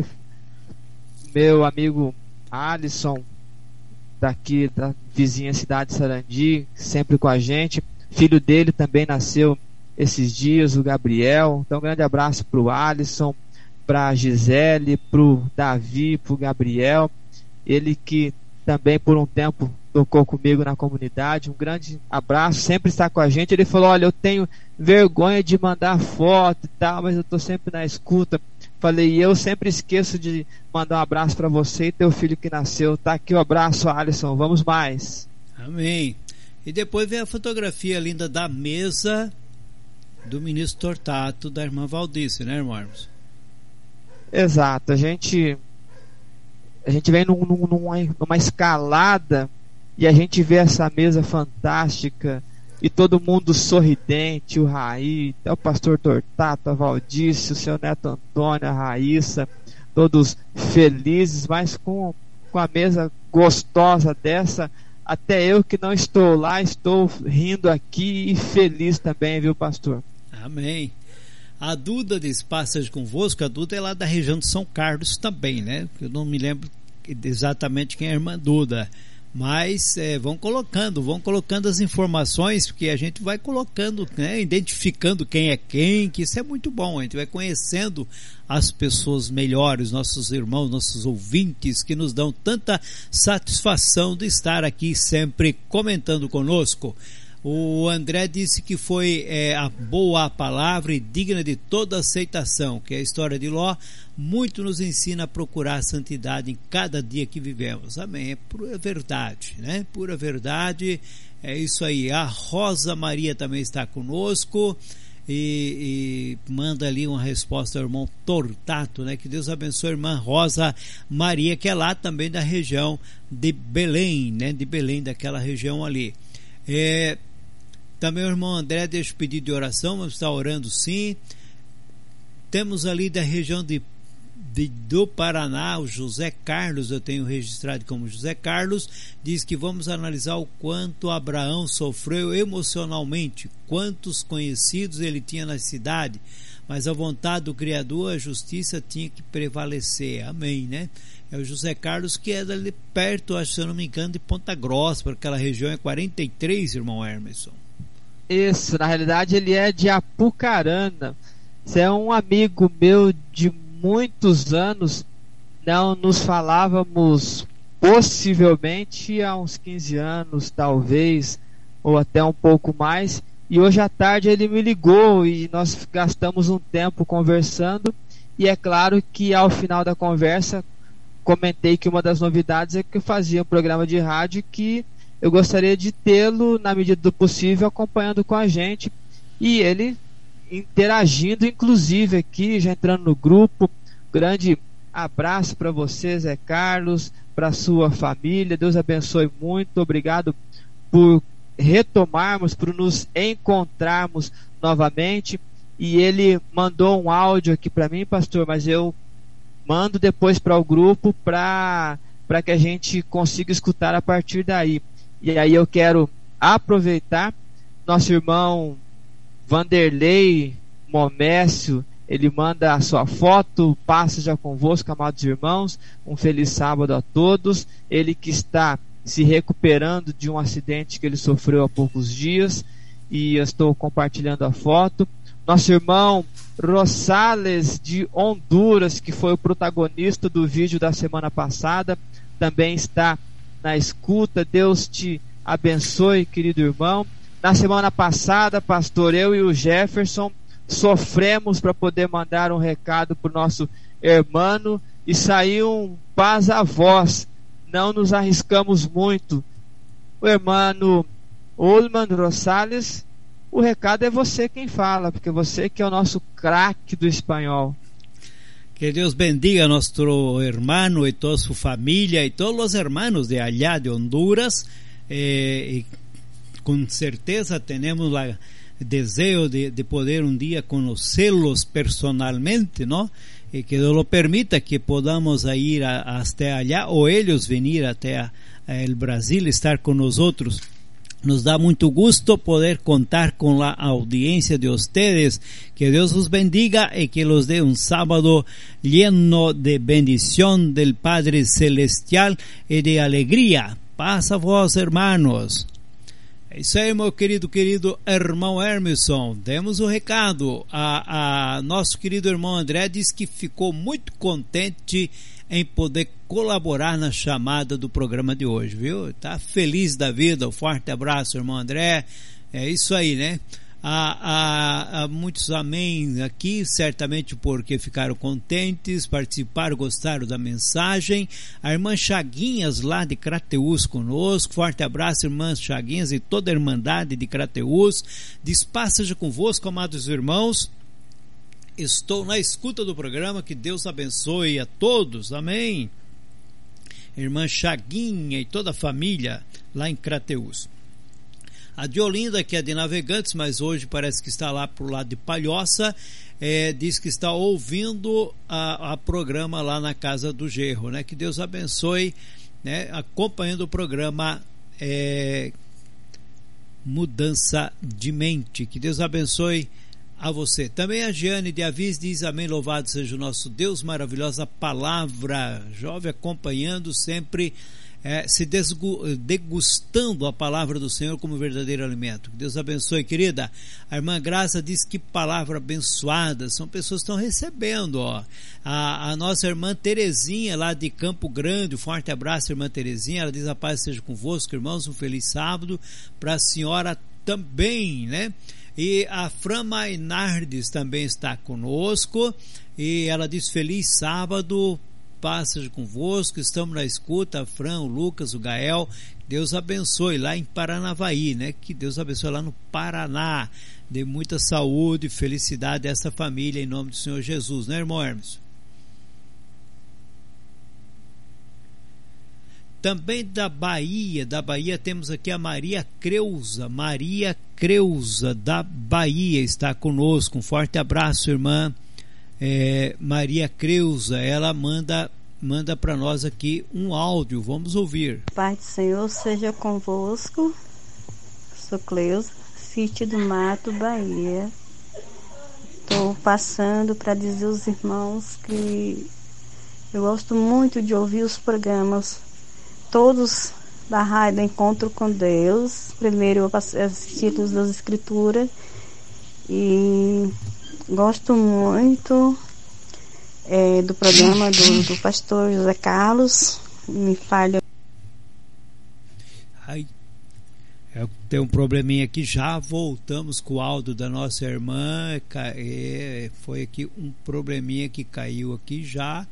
meu amigo Alisson, daqui da vizinha cidade de Sarandi, sempre com a gente. Filho dele também nasceu esses dias, o Gabriel. Então um grande abraço para o Alisson, para a Gisele, para o Davi, para o Gabriel. Ele que também por um tempo tocou comigo na comunidade. Um grande abraço, sempre está com a gente. Ele falou, olha, eu tenho vergonha de mandar foto e tal, mas eu estou sempre na escuta. Falei, eu sempre esqueço de mandar um abraço para você e teu filho que nasceu. Tá aqui o abraço, Alisson, vamos mais. Amém. E depois vem a fotografia linda da mesa do ministro Tortato, da irmã Valdice, né, irmão Armos? Exato, a gente vem numa escalada e a gente vê essa mesa fantástica e todo mundo sorridente, o Raí, até o pastor Tortato, a Valdice, o seu neto Antônio, a Raíssa, todos felizes, mas com a mesa gostosa dessa, até eu que não estou lá, estou rindo aqui e feliz também, viu, pastor? Amém. A Duda diz, paz seja convosco. A Duda é lá da região de São Carlos também, né? Eu não me lembro exatamente quem é a irmã Duda, mas vão colocando as informações, porque a gente vai colocando, né, identificando quem é quem, que isso é muito bom. A gente vai conhecendo as pessoas melhores, nossos irmãos, nossos ouvintes, que nos dão tanta satisfação de estar aqui sempre comentando conosco. O André disse que foi a boa palavra e digna de toda aceitação, que é a história de Ló muito nos ensina a procurar a santidade em cada dia que vivemos. Amém. É pura verdade, né? Pura verdade. É isso aí. A Rosa Maria também está conosco e manda ali uma resposta ao irmão Tortato, né? Que Deus abençoe a irmã Rosa Maria, que é lá também da região de Belém, né? De Belém, daquela região ali. Também o irmão André deixa o pedido de oração, vamos estar orando sim. Temos ali da região do Paraná, o José Carlos, eu tenho registrado como José Carlos, diz que vamos analisar o quanto Abraão sofreu emocionalmente, quantos conhecidos ele tinha na cidade, mas a vontade do Criador, a justiça tinha que prevalecer. Amém, né? É o José Carlos, que é dali perto, acho, se eu não me engano, de Ponta Grossa, para aquela região é 43, irmão Emerson. Isso, na realidade ele é de Apucarana. Você é um amigo meu de muitos anos. Não nos falávamos possivelmente há uns 15 anos, talvez, ou até um pouco mais. E hoje à tarde ele me ligou e nós gastamos um tempo conversando. E é claro que ao final da conversa comentei que uma das novidades é que eu fazia um programa de rádio que eu gostaria de tê-lo, na medida do possível, acompanhando com a gente e ele interagindo, inclusive aqui, já entrando no grupo. Grande abraço para você, Zé Carlos, para sua família, Deus abençoe muito, obrigado por retomarmos, por nos encontrarmos novamente. E ele mandou um áudio aqui para mim, pastor, mas eu mando depois para o grupo para que a gente consiga escutar a partir daí. E aí eu quero aproveitar, nosso irmão Vanderlei Momécio, ele manda a sua foto, paz já convosco, amados irmãos, um feliz sábado a todos. Ele que está se recuperando de um acidente que ele sofreu há poucos dias, e eu estou compartilhando a foto. Nosso irmão Rosales de Honduras, que foi o protagonista do vídeo da semana passada, também está na escuta. Deus te abençoe, querido irmão. Na semana passada, pastor, eu e o Jefferson sofremos para poder mandar um recado para o nosso irmão e saiu um paz a voz. Não nos arriscamos muito. O irmão Olman Rosales, o recado é você quem fala, porque você que é o nosso craque do espanhol. Que Dios bendiga a nuestro hermano y toda su familia y todos los hermanos de allá de Honduras. Y con certeza tenemos el deseo de poder un día conocerlos personalmente, ¿no? Y que Dios lo permita que podamos ir hasta allá o ellos venir hasta el Brasil, estar con nosotros. Nos da mucho gusto poder contar con la audiencia de ustedes. Que Dios los bendiga y que los dé un sábado lleno de bendición del Padre Celestial y de alegría. Paz a vos, hermanos. É isso aí, meu querido irmão Hermeson. Demos o recado. A nosso querido irmão André disse que ficou muito contente em poder colaborar na chamada do programa de hoje, viu? Tá feliz da vida. Um forte abraço, irmão André. É isso aí, né? Há muitos amém aqui, certamente porque ficaram contentes, participaram, gostaram da mensagem. A irmã Chaguinhas lá de Crateús conosco, forte abraço, irmã Chaguinhas e toda a irmandade de Crateús. Diz, paz seja convosco, amados irmãos. Estou na escuta do programa, que Deus abençoe a todos, amém. Irmã Chaguinha e toda a família lá em Crateús. A Diolinda, que é de Navegantes, mas hoje parece que está lá pro lado de Palhoça, diz que está ouvindo a programa lá na casa do Gerro, né? Que Deus abençoe, né? Acompanhando o programa Mudança de Mente. Que Deus abençoe a você. Também a Giane de Avis diz, amém, louvado seja o nosso Deus, maravilhosa palavra. Jovem acompanhando sempre, se degustando a palavra do Senhor como verdadeiro alimento. Que Deus abençoe, querida. A irmã Graça diz que palavra abençoada. São pessoas que estão recebendo, ó. A nossa irmã Terezinha lá de Campo Grande, um forte abraço, irmã Terezinha. Ela diz, a paz seja convosco, irmãos, um feliz sábado para a senhora também, né? E a Fran Mainardes também está conosco e ela diz, feliz sábado, paz seja convosco, estamos na escuta, a Fran, o Lucas, o Gael. Deus abençoe lá em Paranavaí, né? Que Deus abençoe lá no Paraná, dê muita saúde e felicidade a essa família em nome do Senhor Jesus, né, irmão Hermes? Também da Bahia temos aqui a Maria Creuza da Bahia está conosco, um forte abraço, irmã Maria Creuza. Ela manda para nós aqui um áudio, vamos ouvir. Pai do Senhor seja convosco. Sou Cleusa, Sítio do Mato, Bahia. Estou passando para dizer aos irmãos que eu gosto muito de ouvir os programas todos da Rádio Encontro com Deus. Primeiro eu assisti os das Escrituras e gosto muito do programa do pastor José Carlos. Me falha. Tem um probleminha aqui, já voltamos com o áudio da nossa irmã. Foi aqui um probleminha que caiu aqui, já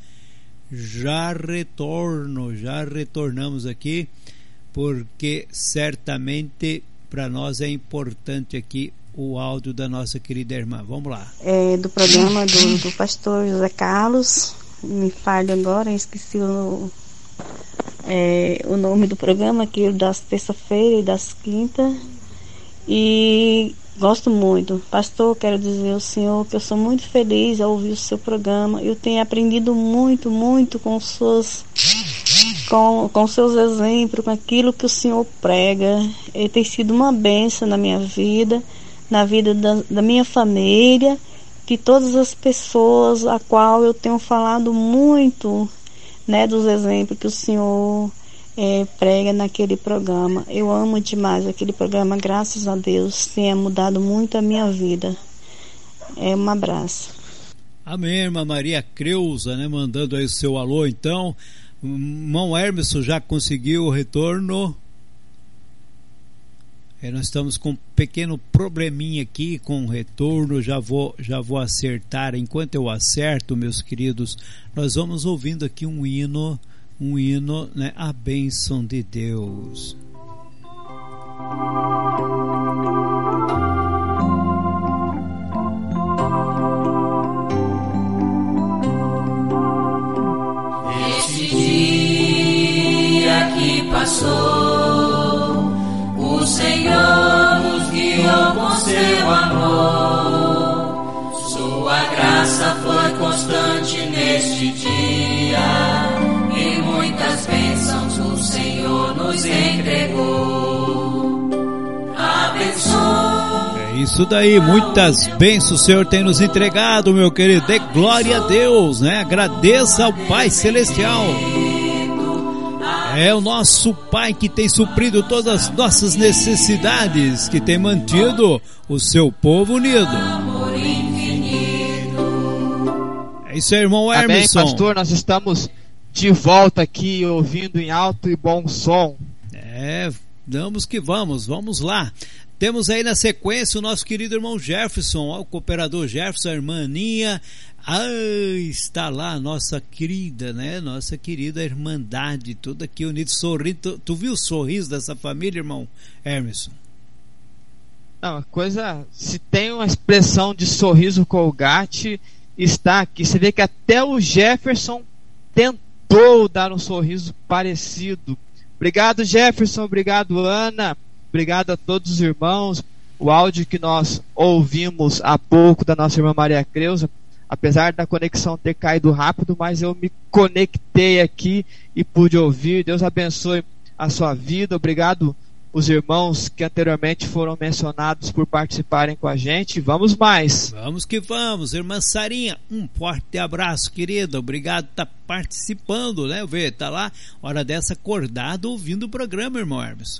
retornamos aqui, porque certamente para nós é importante aqui o áudio da nossa querida irmã. Vamos lá. Do programa do pastor José Carlos, me falha agora, esqueci o nome do programa, aqui das terça-feira e das quintas, e gosto muito. Pastor, quero dizer ao senhor que eu sou muito feliz ao ouvir o seu programa. Eu tenho aprendido muito com seus exemplos, com aquilo que o senhor prega. Ele tem sido uma bênção na minha vida, na vida da minha família, de todas as pessoas a qual eu tenho falado muito, né, dos exemplos que o senhor prega naquele programa. Eu amo demais aquele programa, graças a Deus, tenha mudado muito a minha vida. Um abraço. Amém, irmã Maria Creuza, né, mandando aí o seu alô. Então, irmão Hermeson já conseguiu o retorno. Nós estamos com um pequeno probleminha aqui com o retorno, já vou acertar. Enquanto eu acerto, meus queridos, nós vamos ouvindo aqui um hino, né? A bênção de Deus. Esse dia que passou, o Senhor nos guiou com seu amor. Sua graça foi constante neste dia, e muitas bênçãos o Senhor nos entregou. Abençoe. É isso daí, muitas bênçãos o Senhor tem nos entregado, meu querido. Dê glória a Deus, né? Agradeça ao Pai Celestial. É o nosso Pai que tem suprido todas as nossas necessidades, que tem mantido o seu povo unido. É isso aí, irmão Hermeson. Amém, pastor, nós estamos de volta aqui, ouvindo em alto e bom som. Vamos que vamos lá. Temos aí na sequência o nosso querido irmão Jefferson, o cooperador Jefferson, a irmã Aninha. Está lá a nossa querida, né? Nossa querida Irmandade, tudo aqui unido, sorrindo. Tu viu o sorriso dessa família, irmão Hermeson? Não, se tem uma expressão de sorriso Colgate, está aqui. Você vê que até o Jefferson tentou dar um sorriso parecido. Obrigado, Jefferson, obrigado, Ana, obrigado a todos os irmãos. O áudio que nós ouvimos há pouco da nossa irmã Maria Creuza, apesar da conexão ter caído rápido, mas eu me conectei aqui e pude ouvir. Deus abençoe a sua vida. Obrigado os irmãos que anteriormente foram mencionados por participarem com a gente. Vamos mais. Vamos que vamos. Irmã Sarinha, um forte abraço, querida. Obrigado por estar participando, né? Tá lá, hora dessa, acordado, ouvindo o programa, irmão Hermeson.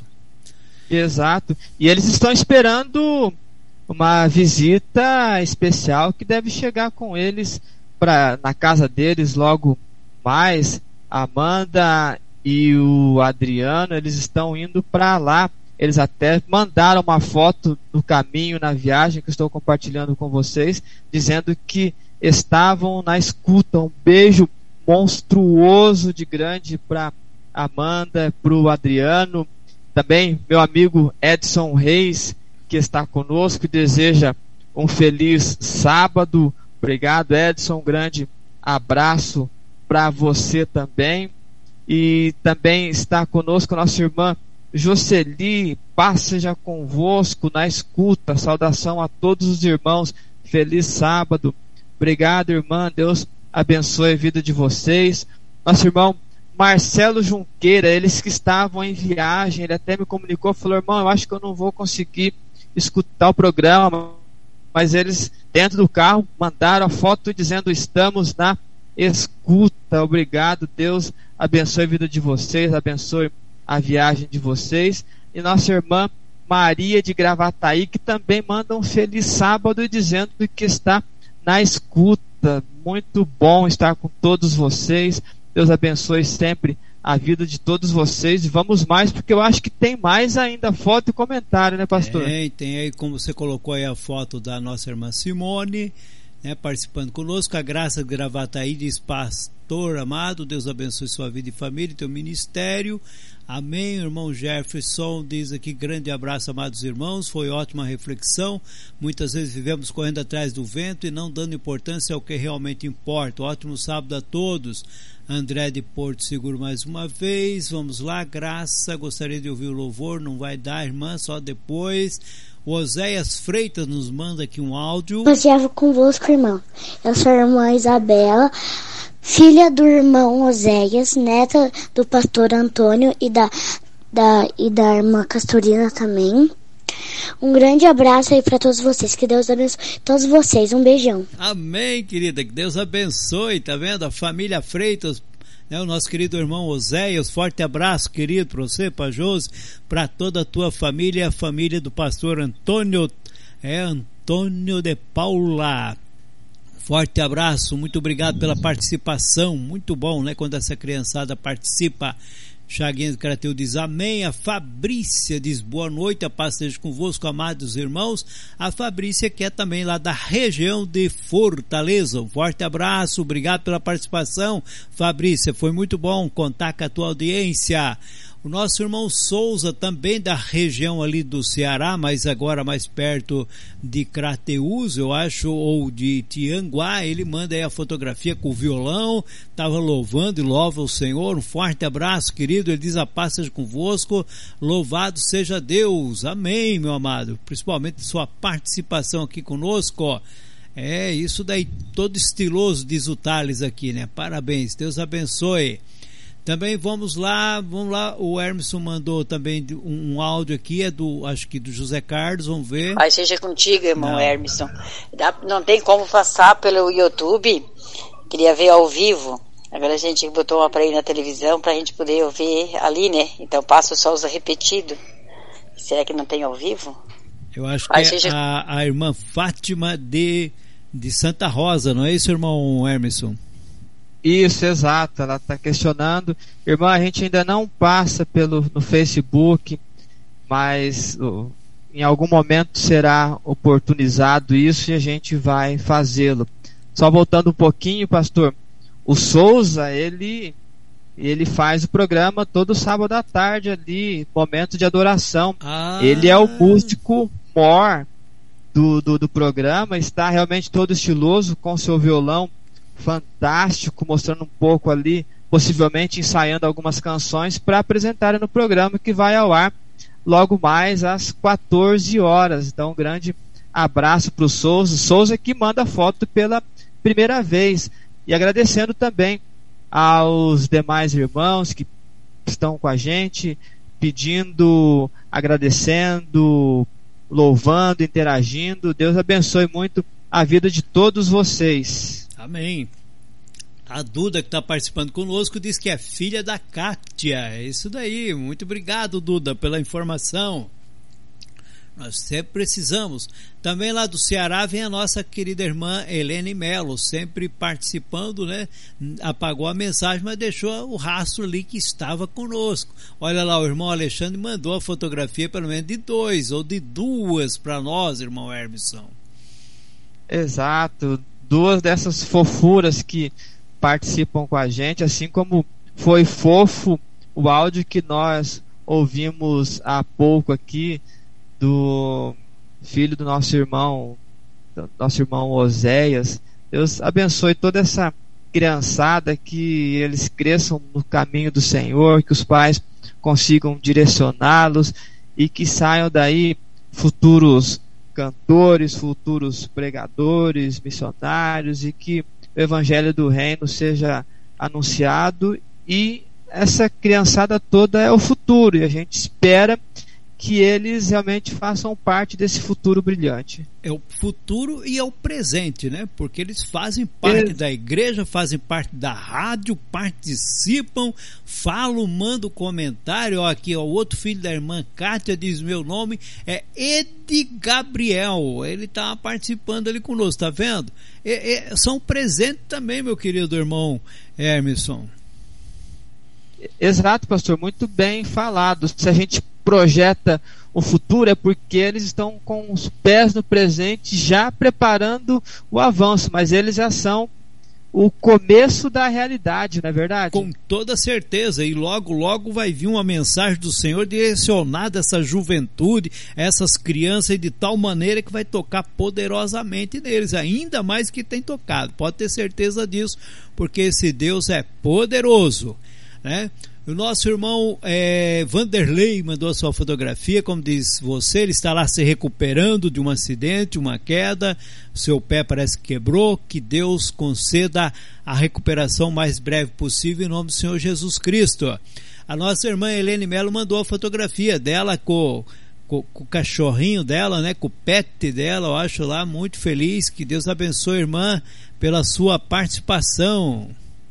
Exato. E eles estão esperando uma visita especial que deve chegar com eles na casa deles logo mais. A Amanda e o Adriano, eles estão indo para lá. Eles até mandaram uma foto do caminho na viagem que eu estou compartilhando com vocês, dizendo que estavam na escuta. Um beijo monstruoso de grande para Amanda, para o Adriano. Também meu amigo Edson Reis, que está conosco, e deseja um feliz sábado. Obrigado, Edson, um grande abraço para você também. E também está conosco a nossa irmã Jocely, paz seja convosco na escuta. Saudação a todos os irmãos, feliz sábado. Obrigado, irmã, Deus abençoe a vida de vocês. Nosso irmão Marcelo Junqueira, eles que estavam em viagem, ele até me comunicou, falou: irmão, eu acho que eu não vou conseguir escutar o programa, mas eles dentro do carro mandaram a foto dizendo: estamos na escuta. Obrigado, Deus abençoe a vida de vocês, abençoe a viagem de vocês. E nossa irmã Maria de Gravataí, que também manda um feliz sábado, dizendo que está na escuta. Muito bom estar com todos vocês. Deus abençoe sempre a vida de todos vocês, e vamos mais, porque eu acho que tem mais ainda foto e comentário, né, pastor? Tem aí, como você colocou aí, a foto da nossa irmã Simone, né, participando conosco. A Graça de Gravataí diz: pastor amado, Deus abençoe sua vida e família e teu ministério. Amém. O irmão Jefferson diz aqui: grande abraço, amados irmãos, foi ótima reflexão. Muitas vezes vivemos correndo atrás do vento e não dando importância ao que realmente importa. Ótimo sábado a todos. André de Porto Seguro mais uma vez. Vamos lá, Graça, gostaria de ouvir o louvor. Não vai dar, irmã, só depois. O Oséias Freitas nos manda aqui um áudio. Passeava convosco, irmão. Eu sou a irmã Isabela, filha do irmão Oséias, neta do pastor Antônio e da irmã Castorina também. Um grande abraço aí para todos vocês, que Deus abençoe todos vocês, um beijão. Amém, querida, que Deus abençoe, tá vendo? A família Freitas, né? O nosso querido irmão Oséias, forte abraço, querido, para você, para Josi, para toda a tua família, a família do pastor Antônio de Paula. Forte abraço, muito obrigado pela participação, muito bom, né, quando essa criançada participa. Chaguinha do Crateu diz amém. A Fabrícia diz boa noite, a paz seja convosco, amados irmãos. A Fabrícia, que é também lá da região de Fortaleza, um forte abraço, obrigado pela participação, Fabrícia, foi muito bom contar com a tua audiência. O nosso irmão Souza, também da região ali do Ceará, mas agora mais perto de Crateús, eu acho, ou de Tianguá, ele manda aí a fotografia com o violão, estava louvando e louva o Senhor. Um forte abraço, querido. Ele diz: a paz seja convosco, louvado seja Deus. Amém, meu amado. Principalmente sua participação aqui conosco. É isso daí, todo estiloso, diz o Thales aqui, né? Parabéns, Deus abençoe. Também vamos lá, o Hermeson mandou também um áudio aqui, acho que do José Carlos, vamos ver. Pai seja contigo, irmão Hermeson. Não tem como passar pelo YouTube, queria ver ao vivo. Agora a gente botou um aparelho na televisão pra gente poder ouvir ali, né? Então passa só os repetidos. Será que não tem ao vivo? Eu acho que é a irmã Fátima de Santa Rosa, não é isso, irmão Hermeson? Isso, exato, ela está questionando. Irmã, a gente ainda não passa no Facebook, mas em algum momento será oportunizado isso e a gente vai fazê-lo. Só voltando um pouquinho, pastor, o Souza, ele faz o programa todo sábado à tarde ali, momento de adoração. Ele é o músico mor do programa, está realmente todo estiloso com seu violão fantástico, mostrando um pouco ali, possivelmente ensaiando algumas canções para apresentarem no programa que vai ao ar logo mais às 14 horas. Então, um grande abraço para o Souza que manda foto pela primeira vez, e agradecendo também aos demais irmãos que estão com a gente, pedindo, agradecendo, louvando, interagindo. Deus abençoe muito a vida de todos vocês. Amém. A Duda, que está participando conosco, diz que é filha da Kátia. É isso daí. Muito obrigado, Duda, pela informação. Nós sempre precisamos. Também lá do Ceará vem a nossa querida irmã Helene Melo, sempre participando, né? Apagou a mensagem, mas deixou o rastro ali que estava conosco. Olha lá, o irmão Alexandre mandou a fotografia pelo menos de 2 ou de 2 para nós, irmão Hermeson. Exato. 2 dessas fofuras que participam com a gente, assim como foi fofo o áudio que nós ouvimos há pouco aqui do filho do nosso irmão Oséias. Deus abençoe toda essa criançada, que eles cresçam no caminho do Senhor, que os pais consigam direcioná-los e que saiam daí futuros cantores, futuros pregadores, missionários, e que o evangelho do reino seja anunciado. E essa criançada toda é o futuro, e a gente espera que eles realmente façam parte desse futuro brilhante. É o futuro e é o presente, né? Porque eles fazem parte da igreja, fazem parte da rádio, participam, falam, mandam comentário. Ó, aqui, ó, o outro filho da irmã Kátia diz: meu nome é Edi Gabriel. Ele está participando ali conosco, tá vendo? São presentes também, meu querido irmão Hermeson. Exato, pastor, muito bem falado. Se a gente projeta o futuro, é porque eles estão com os pés no presente, já preparando o avanço, mas eles já são o começo da realidade, não é verdade? Com toda certeza, e logo, logo vai vir uma mensagem do Senhor direcionada a essa juventude, a essas crianças, de tal maneira que vai tocar poderosamente neles, ainda mais que tem tocado, pode ter certeza disso, porque esse Deus é poderoso, né? O nosso irmão Vanderlei mandou a sua fotografia, como diz você, ele está lá se recuperando de um acidente, uma queda, seu pé parece que quebrou, que Deus conceda a recuperação mais breve possível em nome do Senhor Jesus Cristo. A nossa irmã Helene Melo mandou a fotografia dela com o cachorrinho dela, né, com o pet dela, eu acho lá, muito feliz, que Deus abençoe a irmã pela sua participação.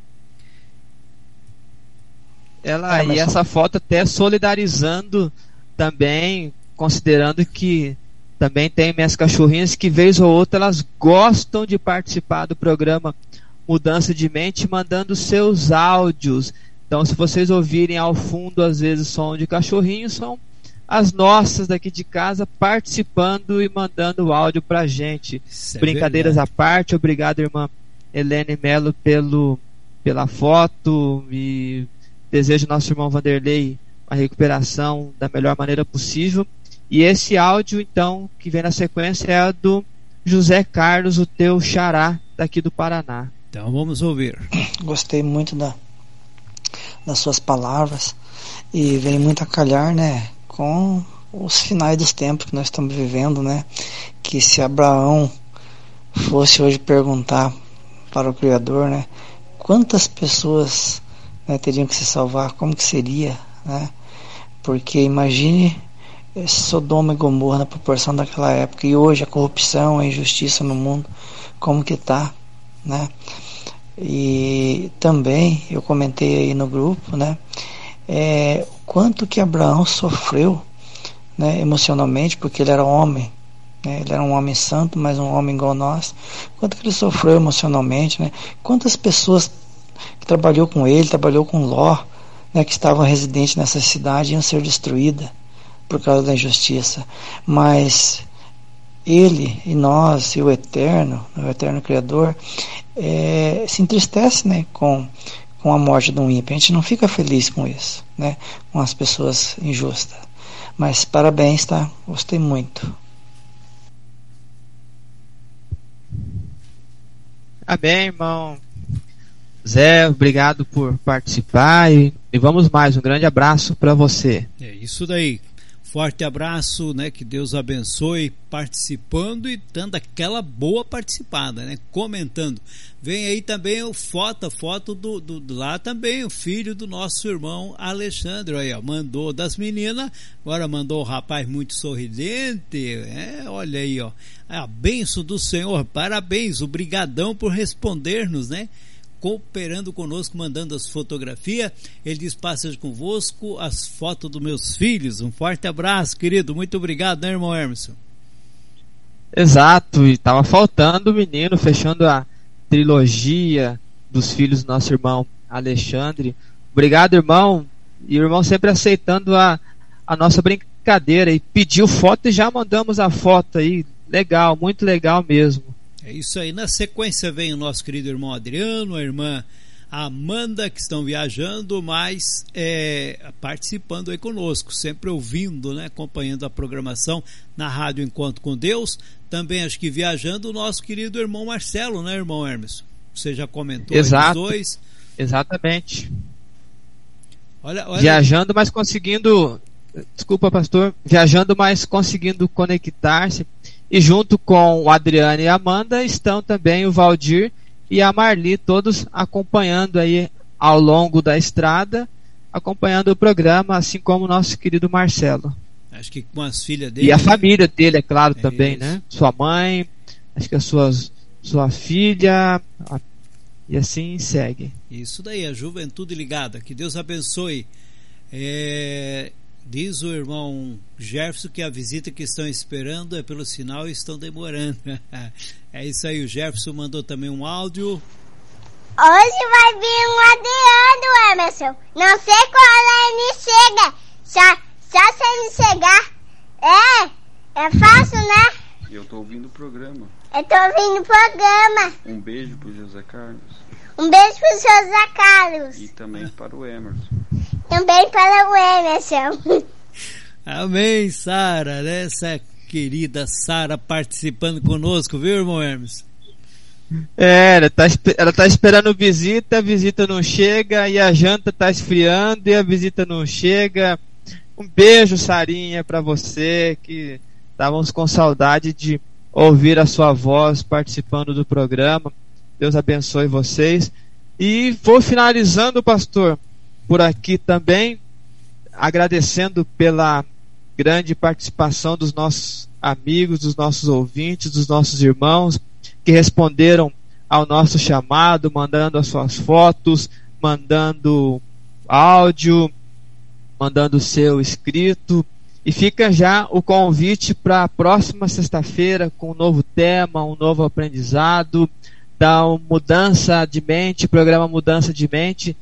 E essa foto até solidarizando também, considerando que também tem minhas cachorrinhas que vez ou outra elas gostam de participar do programa Mudança de Mente, mandando seus áudios. Então, se vocês ouvirem ao fundo às vezes som de cachorrinho, são as nossas daqui de casa participando e mandando áudio pra gente. Brincadeiras à parte, obrigado, irmã Helene Melo, pela foto, e desejo ao nosso irmão Vanderlei a recuperação da melhor maneira possível. E esse áudio, então, que vem na sequência é do José Carlos, o teu xará, daqui do Paraná. Então vamos ouvir. Gostei muito das suas palavras e vem muito a calhar, né, com os finais dos tempos que nós estamos vivendo, né? Que se Abraão fosse hoje perguntar para o Criador, né, quantas pessoas, né, teriam que se salvar, como que seria, né? Porque imagine Sodoma e Gomorra na proporção daquela época, e hoje a corrupção, a injustiça no mundo, como que tá, né? E também eu comentei aí no grupo, né, o quanto que Abraão sofreu, né, emocionalmente, porque ele era homem, né, ele era um homem santo, mas um homem igual a nós. Quanto que ele sofreu emocionalmente, né? Quantas pessoas que trabalhou com ele, trabalhou com Ló, né, que estavam residentes nessa cidade, iam ser destruídas por causa da injustiça. Mas ele e nós e o Eterno Criador, se entristece, né, com a morte de um ímpio. A gente não fica feliz com isso, né, com as pessoas injustas. Mas parabéns, tá? Gostei muito. Amém, irmão Zé, obrigado por participar e vamos mais, um grande abraço para você. É isso daí, forte abraço, né, que Deus abençoe, participando e dando aquela boa participada, né, comentando. Vem aí também a foto do lá também, o filho do nosso irmão Alexandre, aí, ó, mandou das meninas, agora mandou o rapaz muito sorridente, olha aí, ó, a bênção do Senhor, parabéns, obrigadão por responder-nos, né, cooperando conosco, mandando as fotografias. Ele diz: passa convosco as fotos dos meus filhos. Um forte abraço, querido, muito obrigado, né, irmão Emerson? Exato, e estava faltando o menino, fechando a trilogia dos filhos do nosso irmão Alexandre. Obrigado, irmão, e o irmão sempre aceitando a nossa brincadeira, e pediu foto e já mandamos a foto aí, legal, muito legal mesmo. É isso aí. Na sequência vem o nosso querido irmão Adriano, a irmã Amanda, que estão viajando, mas participando aí conosco, sempre ouvindo, né, acompanhando a programação na Rádio Encontro com Deus. Também acho que viajando o nosso querido irmão Marcelo, né, irmão Hermes? Você já comentou. Exato, os dois. Exatamente. Olha. Viajando, mas conseguindo, desculpa, pastor, viajando, mas conseguindo conectar-se. E junto com o Adriano e a Amanda estão também o Valdir e a Marli, todos acompanhando aí ao longo da estrada, acompanhando o programa, assim como o nosso querido Marcelo. Acho que com as filhas dele. E a família dele, é claro, também, isso, né? Sua mãe, acho que sua filha, e assim segue. Isso daí, a juventude ligada. Que Deus abençoe. Diz o irmão Jefferson que a visita que estão esperando é pelo sinal e estão demorando. É isso aí, o Jefferson mandou também um áudio. Hoje vai vir um Adriano, Emerson. Não sei qual ele chega. Só se ele chegar. É fácil, né? Eu tô ouvindo o programa. Eu tô ouvindo o programa. Um beijo pro José Carlos. Um beijo pro José Carlos. E também para o Emerson. Também para o Emerson. Amém, Sara, né? Essa querida Sara participando conosco, viu, irmão Emerson? Ela tá esperando visita, a visita não chega, e a janta tá esfriando e a visita não chega. Um beijo, Sarinha, pra você, que estávamos com saudade de ouvir a sua voz participando do programa. Deus abençoe vocês. E vou finalizando, pastor, por aqui também, agradecendo pela grande participação dos nossos amigos, dos nossos ouvintes, dos nossos irmãos, que responderam ao nosso chamado, mandando as suas fotos, mandando áudio, mandando o seu escrito. E fica já o convite para a próxima sexta-feira com um novo tema, um novo aprendizado, da Mudança de Mente, programa Mudança de Mente,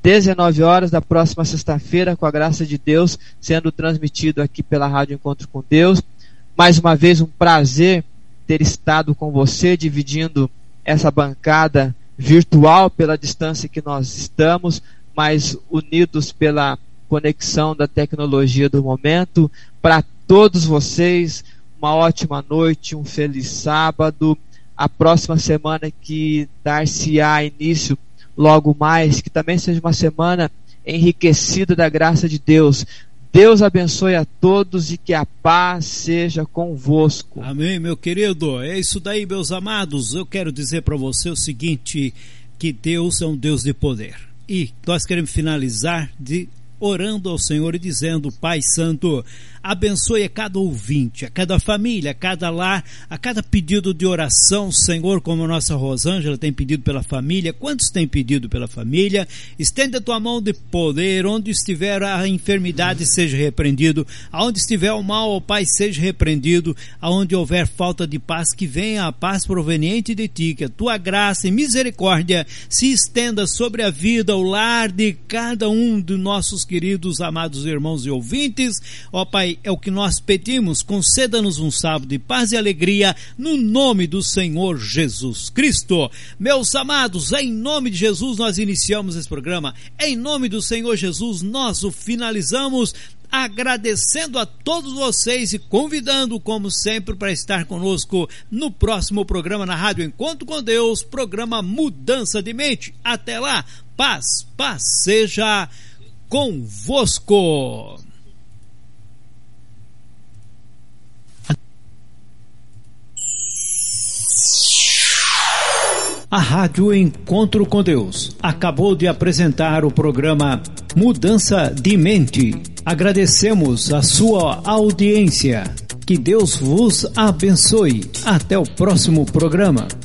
19 horas da próxima sexta-feira, com a graça de Deus, sendo transmitido aqui pela Rádio Encontro com Deus. Mais uma vez, um prazer ter estado com você, dividindo essa bancada virtual pela distância que nós estamos, mas unidos pela conexão da tecnologia do momento. Para todos vocês, uma ótima noite, um feliz sábado. A próxima semana que dar-se-á início logo mais, que também seja uma semana enriquecida da graça de Deus. Deus abençoe a todos e que a paz seja convosco. Amém, meu querido. É isso daí, meus amados. Eu quero dizer para você o seguinte, que Deus é um Deus de poder. E nós queremos finalizar orando ao Senhor e dizendo: Pai Santo, abençoe a cada ouvinte, a cada família, a cada lar, a cada pedido de oração, Senhor, como a nossa Rosângela tem pedido pela família. Quantos têm pedido pela família? Estenda a tua mão de poder, onde estiver a enfermidade seja repreendido, aonde estiver o mal, ó Pai, seja repreendido, aonde houver falta de paz, que venha a paz proveniente de ti, que a tua graça e misericórdia se estenda sobre a vida, o lar de cada um dos nossos queridos, amados irmãos e ouvintes. Ó Pai, é o que nós pedimos, conceda-nos um sábado de paz e alegria, no nome do Senhor Jesus Cristo. Meus amados, em nome de Jesus nós iniciamos esse programa, em nome do Senhor Jesus nós o finalizamos, agradecendo a todos vocês e convidando, como sempre, para estar conosco no próximo programa na Rádio Encontro com Deus, programa Mudança de Mente. Até lá, paz seja convosco. A Rádio Encontro com Deus acabou de apresentar o programa Mudança de Mente. Agradecemos a sua audiência. Que Deus vos abençoe. Até o próximo programa.